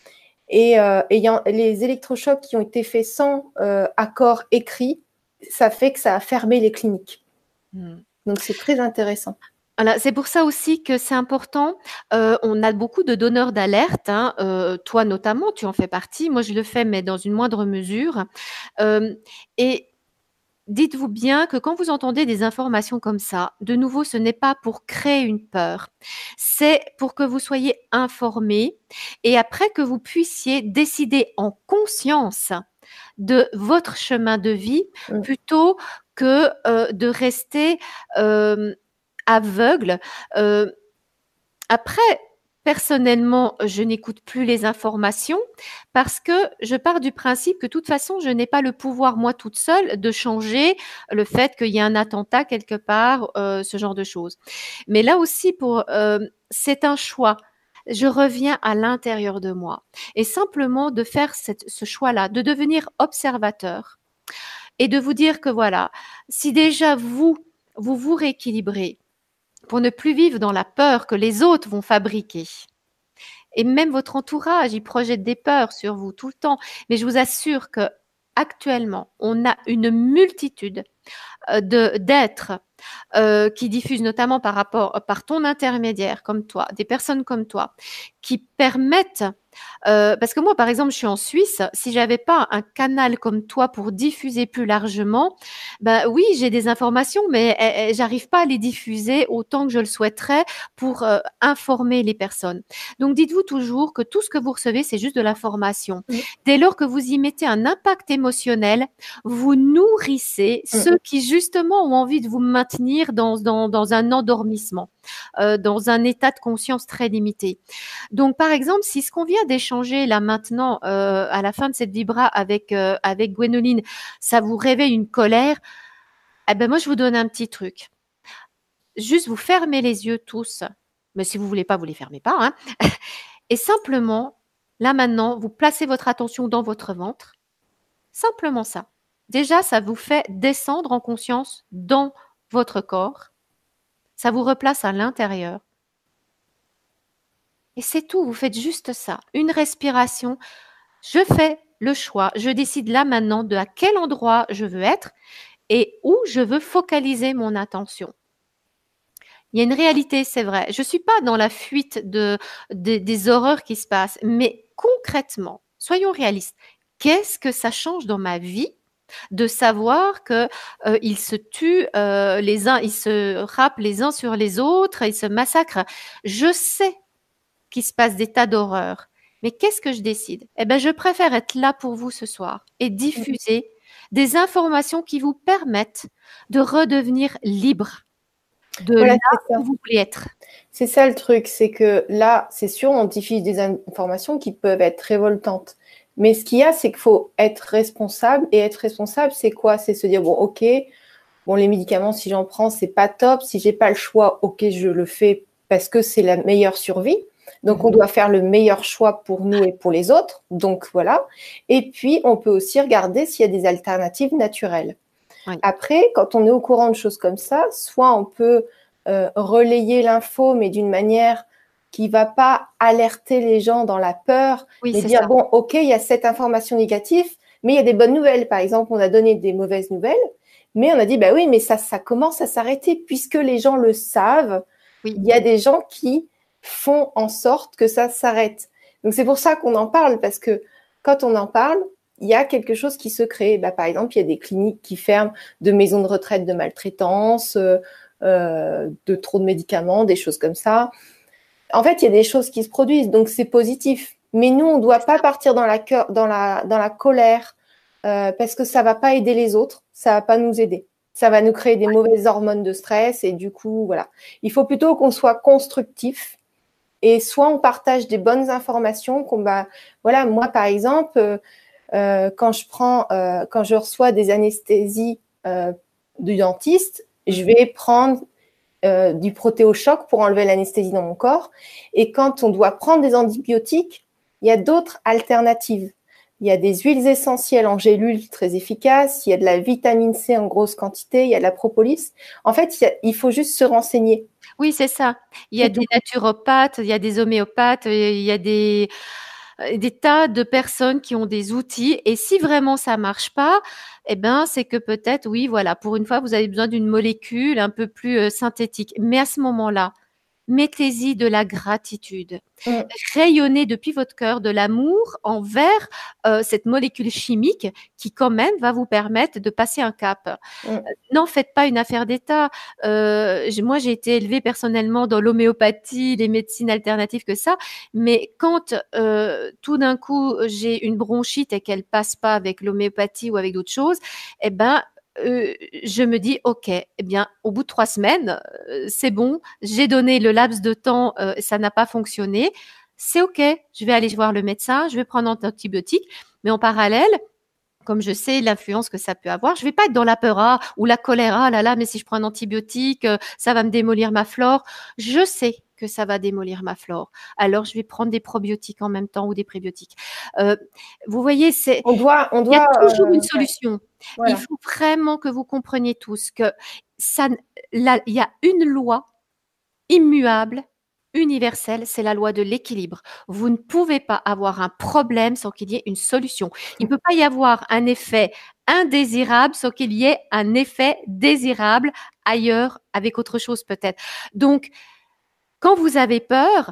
Et euh, ayant, les électrochocs qui ont été faits sans euh, accord écrit, ça fait que ça a fermé les cliniques. Mmh. Donc, c'est très intéressant. Voilà, c'est pour ça aussi que c'est important. Euh, on a beaucoup de donneurs d'alerte, hein, euh, toi notamment, tu en fais partie. Moi, je le fais, mais dans une moindre mesure. Euh, et dites-vous bien que quand vous entendez des informations comme ça, de nouveau, ce n'est pas pour créer une peur. C'est pour que vous soyez informés et après que vous puissiez décider en conscience de votre chemin de vie mmh. plutôt que euh, de rester euh, aveugle. Euh, après, personnellement, je n'écoute plus les informations parce que je pars du principe que de toute façon, je n'ai pas le pouvoir, moi toute seule, de changer le fait qu'il y ait un attentat quelque part, euh, ce genre de choses. Mais là aussi, pour, euh, c'est un choix. Je reviens à l'intérieur de moi et simplement de faire cette, ce choix-là, de devenir observateur et de vous dire que voilà, si déjà vous, vous vous rééquilibrez, pour ne plus vivre dans la peur que les autres vont fabriquer. Et même votre entourage, il projette des peurs sur vous tout le temps. Mais je vous assure que actuellement, on a une multitude de d'êtres euh, qui diffusent notamment par rapport par ton intermédiaire comme toi, des personnes comme toi, qui permettent euh, parce que moi, par exemple, je suis en Suisse. Si j'avais pas un canal comme toi pour diffuser plus largement, ben oui, j'ai des informations, mais eh, eh, j'arrive pas à les diffuser autant que je le souhaiterais pour euh, informer les personnes. Donc, dites-vous toujours que tout ce que vous recevez, c'est juste de l'information. Mmh. Dès lors que vous y mettez un impact émotionnel, vous nourrissez mmh. ceux qui justement ont envie de vous maintenir dans dans, dans un endormissement, euh, dans un état de conscience très limité. Donc, par exemple, si ce qu'on vient d'échanger là maintenant euh, à la fin de cette vibra avec euh, avec Gwénoline, ça vous réveille une colère, eh ben moi je vous donne un petit truc. Juste vous fermez les yeux tous, mais si vous voulez pas, vous les fermez pas, hein. Et simplement, là maintenant, vous placez votre attention dans votre ventre. Simplement ça. Déjà, ça vous fait descendre en conscience dans votre corps. Ça vous replace à l'intérieur. Et c'est tout, vous faites juste ça. Une respiration. Je fais le choix. Je décide là maintenant de à quel endroit je veux être et où je veux focaliser mon attention. Il y a une réalité, c'est vrai. Je ne suis pas dans la fuite de, de, des horreurs qui se passent, mais concrètement, soyons réalistes. Qu'est-ce que ça change dans ma vie de savoir que euh, ils se tuent euh, les uns, ils se rappent les uns sur les autres, ils se massacrent. Je sais qu'il se passe des tas d'horreurs. Mais qu'est-ce que je décide? Eh bien, je préfère être là pour vous ce soir et diffuser des informations qui vous permettent de redevenir libre de voilà, là où vous voulez être. C'est ça le truc, c'est que là, c'est sûr, on diffuse des informations qui peuvent être révoltantes. Mais ce qu'il y a, c'est qu'il faut être responsable. Et être responsable, c'est quoi? C'est se dire, bon, ok, bon, les médicaments, si j'en prends, c'est pas top. Si j'ai pas le choix, ok, je le fais parce que c'est la meilleure survie. Donc, on doit faire le meilleur choix pour nous et pour les autres. Donc, voilà. Et puis, on peut aussi regarder s'il y a des alternatives naturelles. Oui. Après, quand on est au courant de choses comme ça, soit on peut euh, relayer l'info, mais d'une manière qui ne va pas alerter les gens dans la peur, oui, mais dire, ça. Bon, ok, il y a cette information négative, mais il y a des bonnes nouvelles. Par exemple, on a donné des mauvaises nouvelles, mais on a dit, bah oui, mais ça, ça commence à s'arrêter puisque les gens le savent. Oui. Il y a des gens qui font en sorte que ça s'arrête. Donc, c'est pour ça qu'on en parle, parce que quand on en parle, il y a quelque chose qui se crée. Bah, par exemple, il y a des cliniques qui ferment, de maisons de retraite de maltraitance, euh, euh, de trop de médicaments, des choses comme ça. En fait, il y a des choses qui se produisent, donc c'est positif. Mais nous, on ne doit pas partir dans la, dans la, dans la colère euh, parce que ça ne va pas aider les autres, ça ne va pas nous aider. Ça va nous créer des mauvaises hormones de stress et du coup, voilà. Il faut plutôt qu'on soit constructif et soit on partage des bonnes informations. Qu'on, bah, voilà, moi, par exemple, euh, euh, quand je prends, euh, quand je reçois des anesthésies euh, du dentiste, je vais prendre Euh, du protéochoc pour enlever l'anesthésie dans mon corps. Et quand on doit prendre des antibiotiques, il y a d'autres alternatives. Il y a des huiles essentielles en gélules très efficaces, il y a de la vitamine C en grosse quantité, il y a de la propolis. En fait, il, y a, il faut juste se renseigner. Oui, c'est ça. Il y a c'est des tout. naturopathes, il y a des homéopathes, il y a des… euh, des tas de personnes qui ont des outils. Et si vraiment ça marche pas, eh ben, c'est que peut-être, oui, voilà, pour une fois, vous avez besoin d'une molécule un peu plus euh, synthétique. Mais à ce moment-là, mettez-y de la gratitude. Mm. Rayonnez depuis votre cœur de l'amour envers euh, cette molécule chimique qui quand même va vous permettre de passer un cap. Mm. N'en faites pas une affaire d'État. Euh, moi, j'ai été élevée personnellement dans l'homéopathie, les médecines alternatives que ça. Mais quand euh, tout d'un coup j'ai une bronchite et qu'elle passe pas avec l'homéopathie ou avec d'autres choses, eh ben euh, je me dis, OK, eh bien, au bout de trois semaines, euh, c'est bon, j'ai donné le laps de temps, euh, ça n'a pas fonctionné, c'est OK, je vais aller voir le médecin, je vais prendre un antibiotique, mais en parallèle, comme je sais l'influence que ça peut avoir, je vais pas être dans la peur, ah, ou la colère, ah là là, mais si je prends un antibiotique, euh, ça va me démolir ma flore. Je sais que ça va démolir ma flore. Alors, je vais prendre des probiotiques en même temps ou des prébiotiques. Euh, vous voyez, c'est, On doit, on il y a doit, toujours euh, une ouais, solution. Il voilà. faut vraiment que vous compreniez tous que ça, là, il y a une loi immuable, universelle, c'est la loi de l'équilibre. Vous ne pouvez pas avoir un problème sans qu'il y ait une solution. Il ne peut pas y avoir un effet indésirable sans qu'il y ait un effet désirable ailleurs avec autre chose peut-être. Donc, quand vous avez peur,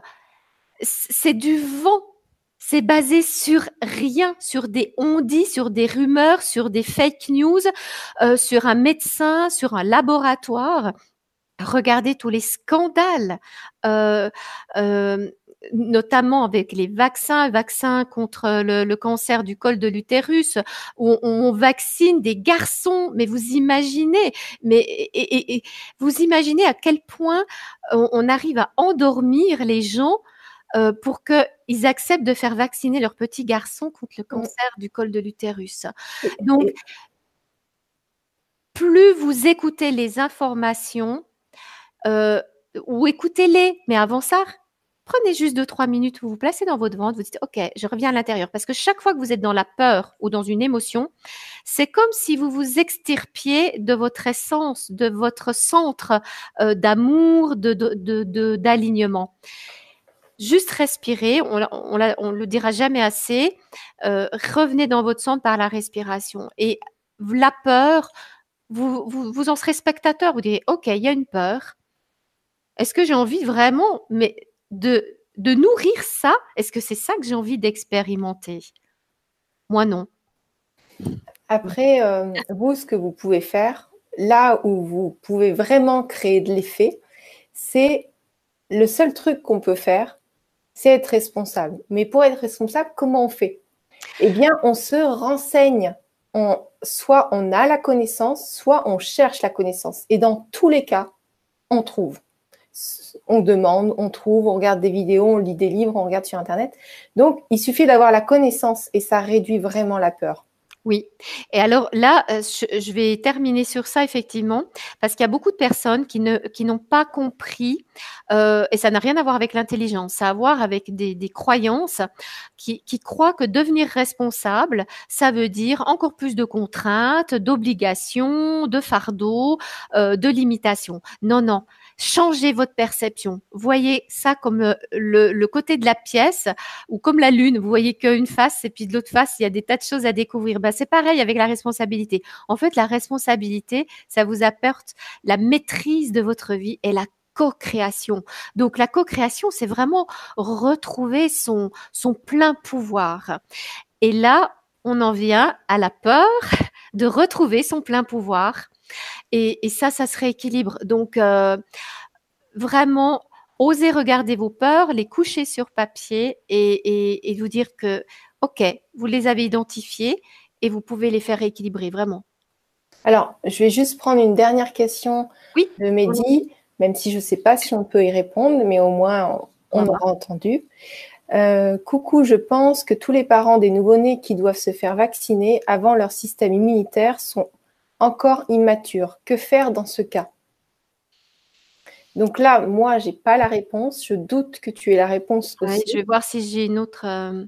c'est du vent. C'est basé sur rien, sur des on-dit, sur des rumeurs, sur des fake news, euh, sur un médecin, sur un laboratoire. Regardez tous les scandales, euh, euh, notamment avec les vaccins, vaccins contre le, le cancer du col de l'utérus, où on, on vaccine des garçons. Mais vous imaginez, mais et, et, et vous imaginez à quel point on, on arrive à endormir les gens euh, pour qu'ils acceptent de faire vacciner leurs petits garçons contre le Mm. cancer du col de l'utérus. Et- Donc, et- plus vous écoutez les informations, euh, ou écoutez-les, mais avant ça, prenez juste deux, trois minutes, vous vous placez dans votre ventre, vous dites, OK, je reviens à l'intérieur. Parce que chaque fois que vous êtes dans la peur ou dans une émotion, c'est comme si vous vous extirpiez de votre essence, de votre centre euh, d'amour, de, de, de, de- d'alignement. Juste respirez, on, l'a- on, l'a- on le dira jamais assez, euh, revenez dans votre centre par la respiration. Et la peur, vous, vous, vous en serez spectateur, vous direz, OK, il y a une peur. Est-ce que j'ai envie vraiment, mais de, de nourrir ça? Est-ce que c'est ça que j'ai envie d'expérimenter? Moi, non. Après, euh, vous, ce que vous pouvez faire, là où vous pouvez vraiment créer de l'effet, c'est le seul truc qu'on peut faire, c'est être responsable. Mais pour être responsable, comment on fait? Eh bien, on se renseigne. On, soit on a la connaissance, soit on cherche la connaissance. Et dans tous les cas, on trouve. On demande, on trouve, on regarde des vidéos, on lit des livres, on regarde sur Internet. Donc, il suffit d'avoir la connaissance et ça réduit vraiment la peur. Oui. Et alors là, euh, je, je vais terminer sur ça effectivement, parce qu'il y a beaucoup de personnes qui ne qui n'ont pas compris, euh, et ça n'a rien à voir avec l'intelligence, ça a à voir avec des, des croyances qui, qui croient que devenir responsable, ça veut dire encore plus de contraintes, d'obligations, de fardeaux, euh, de limitations. Non, non. Changez votre perception. Voyez ça comme euh, le, le côté de la pièce ou comme la lune. Vous voyez qu'une face et puis de l'autre face, il y a des tas de choses à découvrir. Ben, c'est pareil avec la responsabilité. En fait, la responsabilité, ça vous apporte la maîtrise de votre vie et la co-création. Donc la co-création, c'est vraiment retrouver son, son plein pouvoir. Et là, on en vient à la peur de retrouver son plein pouvoir. Et, et ça, ça se rééquilibre. Donc, euh, vraiment, osez regarder vos peurs, les coucher sur papier et, et, et vous dire que, OK, vous les avez identifiées et vous pouvez les faire rééquilibrer, vraiment. Alors, je vais juste prendre une dernière question Oui, de Mehdi, même si je ne sais pas si on peut y répondre, mais au moins on aura entendu. Euh, coucou, je pense que tous les parents des nouveau-nés qui doivent se faire vacciner avant leur système immunitaire sont encore immatures. Que faire dans ce cas? Donc là, moi, j'ai pas la réponse. Je doute que tu aies la réponse aussi. Ouais, je vais voir si j'ai une autre. Euh...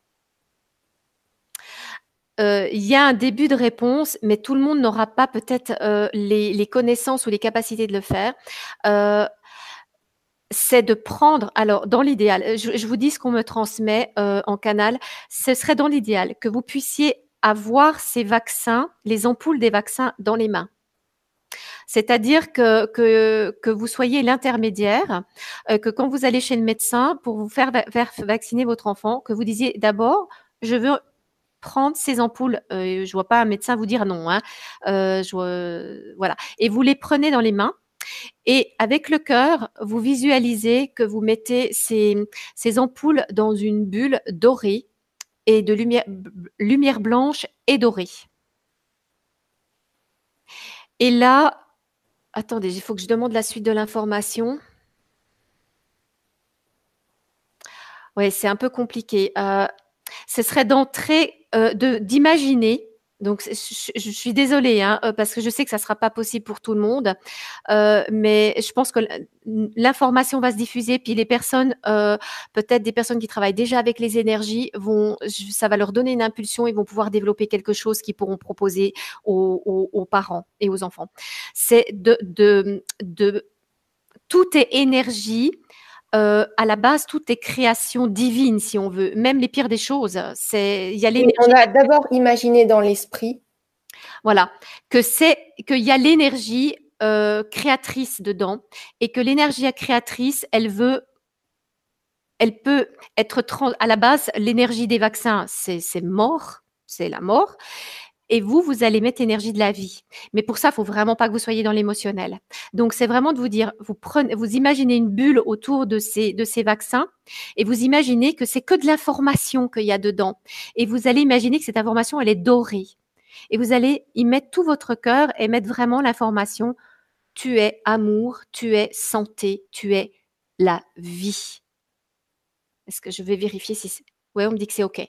Euh, il y a un début de réponse, mais tout le monde n'aura pas peut-être euh, les, les connaissances ou les capacités de le faire. Euh, c'est de prendre, alors dans l'idéal, je, je vous dis ce qu'on me transmet euh, en canal, ce serait dans l'idéal que vous puissiez avoir ces vaccins, les ampoules des vaccins dans les mains. C'est-à-dire que, que, que vous soyez l'intermédiaire, euh, que quand vous allez chez le médecin pour vous faire, va- faire vacciner votre enfant, que vous disiez d'abord, je veux prendre ces ampoules. Euh, je vois pas un médecin vous dire non. Hein. Euh, je vois- voilà. Et vous les prenez dans les mains. Et avec le cœur, vous visualisez que vous mettez ces, ces ampoules dans une bulle dorée et de lumière, lumière blanche et dorée. Et là, attendez, il faut que je demande la suite de l'information. Oui, c'est un peu compliqué. Euh, ce serait d'entrer, euh, de, d'imaginer. Donc, je, je suis désolée, hein, euh, parce que je sais que ça ne sera pas possible pour tout le monde, euh, mais je pense que l'information va se diffuser, puis les personnes, euh, peut-être des personnes qui travaillent déjà avec les énergies, vont, ça va leur donner une impulsion, ils vont pouvoir développer quelque chose qu'ils pourront proposer aux, aux, aux parents et aux enfants. C'est de, de, de, tout est énergie. Euh, à la base, tout est création divine, si on veut. Même les pires des choses, c'est il y a l'énergie. On a d'abord imaginé dans l'esprit. Voilà, que c'est qu'il y a l'énergie euh, créatrice dedans et que l'énergie créatrice, elle veut, elle peut être trans à la base. L'énergie des vaccins, c'est c'est mort, c'est la mort. Et vous, vous allez mettre l'énergie de la vie. Mais pour ça, il faut vraiment pas que vous soyez dans l'émotionnel. Donc, c'est vraiment de vous dire, vous prenez, vous imaginez une bulle autour de ces, de ces vaccins et vous imaginez que c'est que de l'information qu'il y a dedans. Et vous allez imaginer que cette information, elle est dorée. Et vous allez y mettre tout votre cœur et mettre vraiment l'information. Tu es amour, tu es santé, tu es la vie. Est-ce que je vais vérifier si c'est... Oui, on me dit que c'est OK.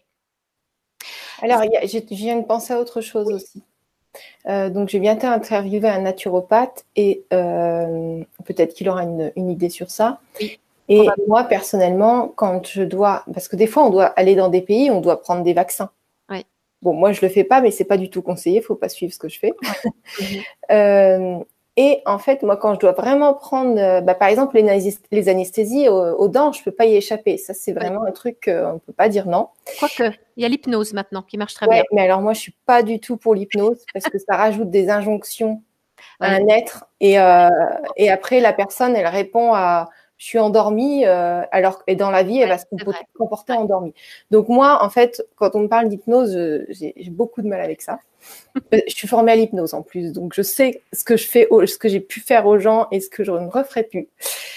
Alors, il y a, je viens de penser à autre chose aussi. Euh, donc, j'ai bientôt interviewé un naturopathe et euh, peut-être qu'il aura une, une idée sur ça. Oui. Et moi, personnellement, quand je dois, parce que des fois, on doit aller dans des pays, on doit prendre des vaccins. Oui. Bon, moi, je le fais pas, mais c'est pas du tout conseillé. Il faut pas suivre ce que je fais. Oui. euh, et en fait, moi, quand je dois vraiment prendre, bah, par exemple, les, les anesthésies aux, aux dents, je peux pas y échapper. Ça, c'est vraiment oui. un truc qu'on peut pas dire non. Quoique, il y a l'hypnose maintenant qui marche très ouais, bien. Mais alors, moi, je suis pas du tout pour l'hypnose parce que ça rajoute des injonctions à ouais. un être. Et, euh, et après, la personne, elle répond à je suis endormie, euh, alors et dans la vie, elle ouais, va se comporter ouais. endormie. Donc moi, en fait, quand on me parle d'hypnose, j'ai, j'ai beaucoup de mal avec ça. Je suis formée à l'hypnose en plus, donc je sais ce que je fais, ce que j'ai pu faire aux gens et ce que je ne referai plus.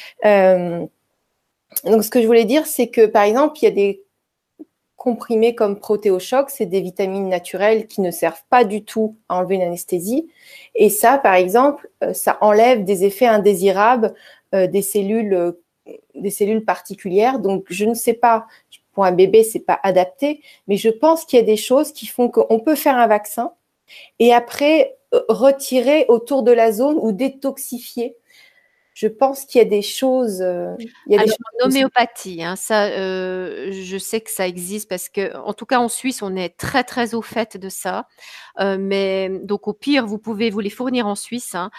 Euh, donc ce que je voulais dire, c'est que par exemple, il y a des comprimés comme Protéochoc, c'est des vitamines naturelles qui ne servent pas du tout à enlever une anesthésie. Et ça, par exemple, ça enlève des effets indésirables euh, des cellules, euh, des cellules particulières. Donc, je ne sais pas, pour un bébé, c'est pas adapté, mais je pense qu'il y a des choses qui font qu'on peut faire un vaccin et après euh, retirer autour de la zone ou détoxifier. Je pense qu'il y a des choses. Euh, il y a Alors, des choses en homéopathie, hein, ça, euh, je sais que ça existe parce que, en tout cas, en Suisse, on est très très au fait de ça. Euh, mais donc, au pire, vous pouvez vous les fournir en Suisse. Hein.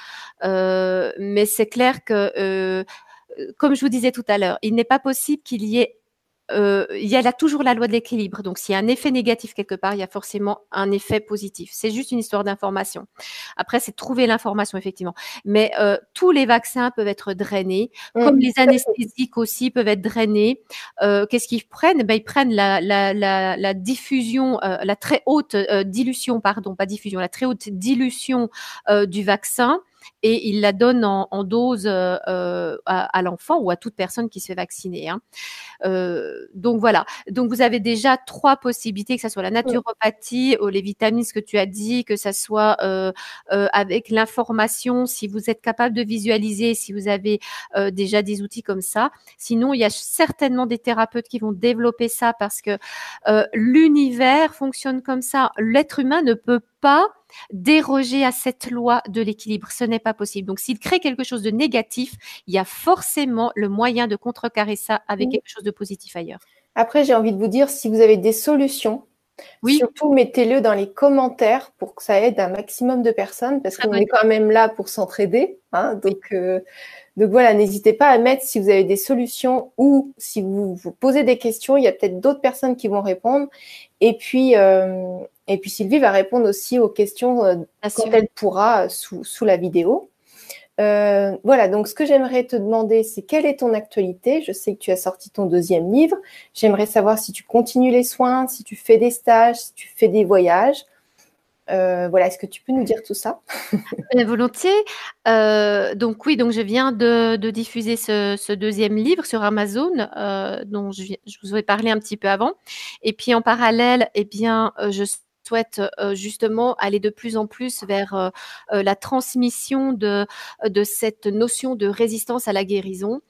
Euh, mais c'est clair que, euh, comme je vous disais tout à l'heure, il n'est pas possible qu'il y ait Euh, il y a là toujours la loi de l'équilibre. Donc, s'il y a un effet négatif quelque part, il y a forcément un effet positif. C'est juste une histoire d'information. Après, c'est de trouver l'information, effectivement. Mais euh, tous les vaccins peuvent être drainés, mmh. comme les anesthésiques aussi peuvent être drainés. Euh, qu'est-ce qu'ils prennent? Ben, ils prennent la, la, la, la diffusion, euh, la très haute euh, dilution, pardon, pas diffusion, la très haute dilution euh, du vaccin. Et il la donne en, en dose euh, à, à l'enfant ou à toute personne qui se fait vacciner. Hein. Euh, donc voilà. Donc vous avez déjà trois possibilités, que ce soit la naturopathie, ou les vitamines, ce que tu as dit, que ce soit euh, euh, avec l'information, si vous êtes capable de visualiser, si vous avez euh, déjà des outils comme ça. Sinon, il y a certainement des thérapeutes qui vont développer ça parce que euh, l'univers fonctionne comme ça. L'être humain ne peut pas déroger à cette loi de l'équilibre. Ce n'est pas possible. Donc, s'il crée quelque chose de négatif, il y a forcément le moyen de contrecarrer ça avec mmh. quelque chose de positif ailleurs. Après, j'ai envie de vous dire, si vous avez des solutions, Oui. Surtout, mettez-le dans les commentaires pour que ça aide un maximum de personnes, parce qu'on est quand même là pour s'entraider. Hein, donc, euh, donc voilà, n'hésitez pas à mettre si vous avez des solutions ou si vous vous posez des questions. Il y a peut-être d'autres personnes qui vont répondre. Et puis, euh, et puis Sylvie va répondre aussi aux questions euh, quand elle pourra sous, sous la vidéo. Euh, voilà, donc ce que j'aimerais te demander, c'est quelle est ton actualité? Je sais que tu as sorti ton deuxième livre. J'aimerais savoir si tu continues les soins, si tu fais des stages, si tu fais des voyages. Euh, voilà, est-ce que tu peux nous dire tout ça? Bien volontiers. Euh, donc oui, donc je viens de, de diffuser ce, ce deuxième livre sur Amazon, euh, dont je, je vous ai parlé un petit peu avant. Et puis en parallèle, eh bien, euh, je souhaite euh, justement aller de plus en plus vers euh, euh, la transmission de, de cette notion de résistance à la guérison.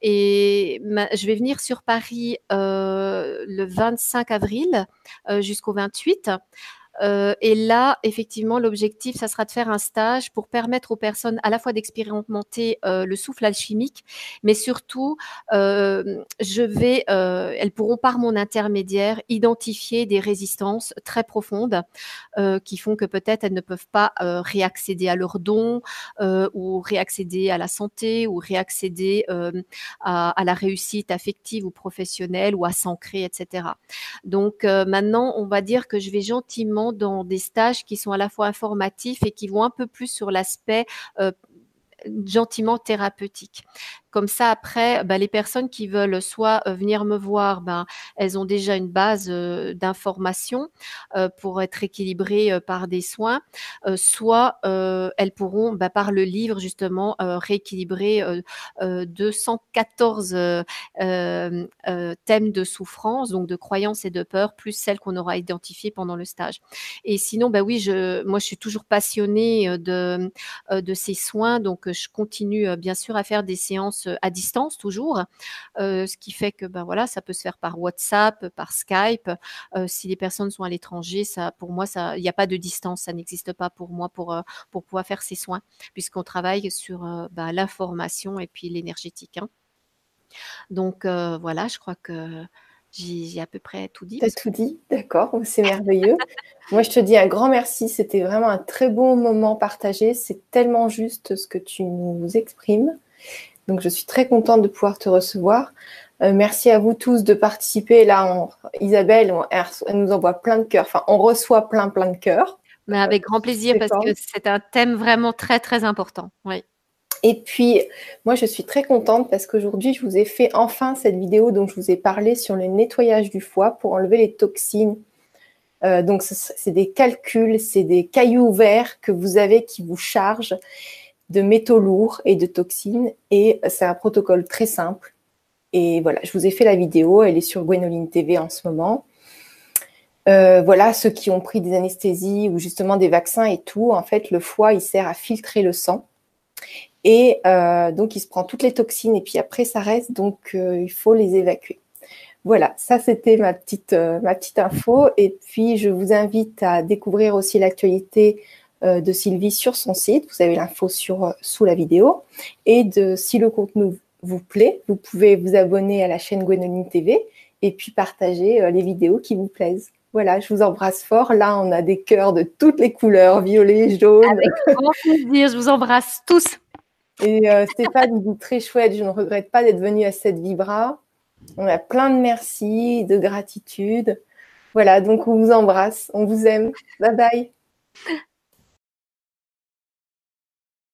Et ma, je vais venir sur Paris euh, le vingt-cinq avril euh, jusqu'au vingt-huit. Euh, et là, effectivement, l'objectif, ça sera de faire un stage pour permettre aux personnes à la fois d'expérimenter euh, le souffle alchimique, mais surtout, euh, je vais, euh, elles pourront par mon intermédiaire identifier des résistances très profondes euh, qui font que peut-être elles ne peuvent pas euh, réaccéder à leurs dons euh, ou réaccéder à la santé ou réaccéder euh, à, à la réussite affective ou professionnelle ou à s'ancrer, et cetera. Donc euh, maintenant, on va dire que je vais gentiment dans des stages qui sont à la fois informatifs et qui vont un peu plus sur l'aspect euh, gentiment thérapeutique. Comme ça, après, bah, les personnes qui veulent soit euh, venir me voir, ben, elles ont déjà une base euh, d'information euh, pour être équilibrées euh, par des soins, euh, soit euh, elles pourront, bah, par le livre justement, euh, rééquilibrer euh, euh, deux cent quatorze euh, euh, euh, thèmes de souffrance, donc de croyances et de peurs, plus celles qu'on aura identifiées pendant le stage. Et sinon, bah oui, je, moi, je suis toujours passionnée euh, de, euh, de ces soins, donc je continue euh, bien sûr à faire des séances à distance toujours, euh, ce qui fait que ben voilà, ça peut se faire par WhatsApp, par Skype. Euh, si les personnes sont à l'étranger, ça, pour moi, ça, il n'y a pas de distance, ça n'existe pas pour moi pour euh, pour pouvoir faire ces soins, puisqu'on travaille sur euh, ben, l'information et puis l'énergétique. Hein. Donc euh, voilà, je crois que j'ai à peu près tout dit. Tu as tout dit, d'accord, c'est merveilleux. Moi, je te dis un grand merci, c'était vraiment un très bon moment partagé. C'est tellement juste ce que tu nous exprimes. Donc, je suis très contente de pouvoir te recevoir. Euh, merci à vous tous de participer. Là, on, Isabelle, on, elle nous envoie plein de cœurs. Enfin, on reçoit plein, plein de cœurs. Mais avec grand plaisir, parce que c'est un thème vraiment très, très important. Oui. Et puis, moi, je suis très contente parce qu'aujourd'hui, je vous ai fait enfin cette vidéo dont je vous ai parlé sur le nettoyage du foie pour enlever les toxines. Euh, donc, c'est des calculs, c'est des cailloux verts que vous avez qui vous chargent de métaux lourds et de toxines. Et c'est un protocole très simple. Et voilà, je vous ai fait la vidéo. Elle est sur Gwénoline T V en ce moment. Euh, voilà, ceux qui ont pris des anesthésies ou justement des vaccins et tout, en fait, le foie, il sert à filtrer le sang. Et euh, donc, il se prend toutes les toxines et puis après, ça reste. Donc, euh, il faut les évacuer. Voilà, ça, c'était ma petite, euh, ma petite info. Et puis, je vous invite à découvrir aussi l'actualité euh, de Sylvie sur son site. Vous avez l'info sur, euh, sous la vidéo. Et de, si le contenu vous plaît, vous pouvez vous abonner à la chaîne Gwénoline T V et puis partager euh, les vidéos qui vous plaisent. Voilà, je vous embrasse fort. Là, on a des cœurs de toutes les couleurs, violet, jaune. Avec grand plaisir, je vous embrasse tous. Et euh, Stéphane, il dit très chouette, je ne regrette pas d'être venue à cette Vibra. On a plein de merci, de gratitude. Voilà, donc on vous embrasse, on vous aime. Bye bye.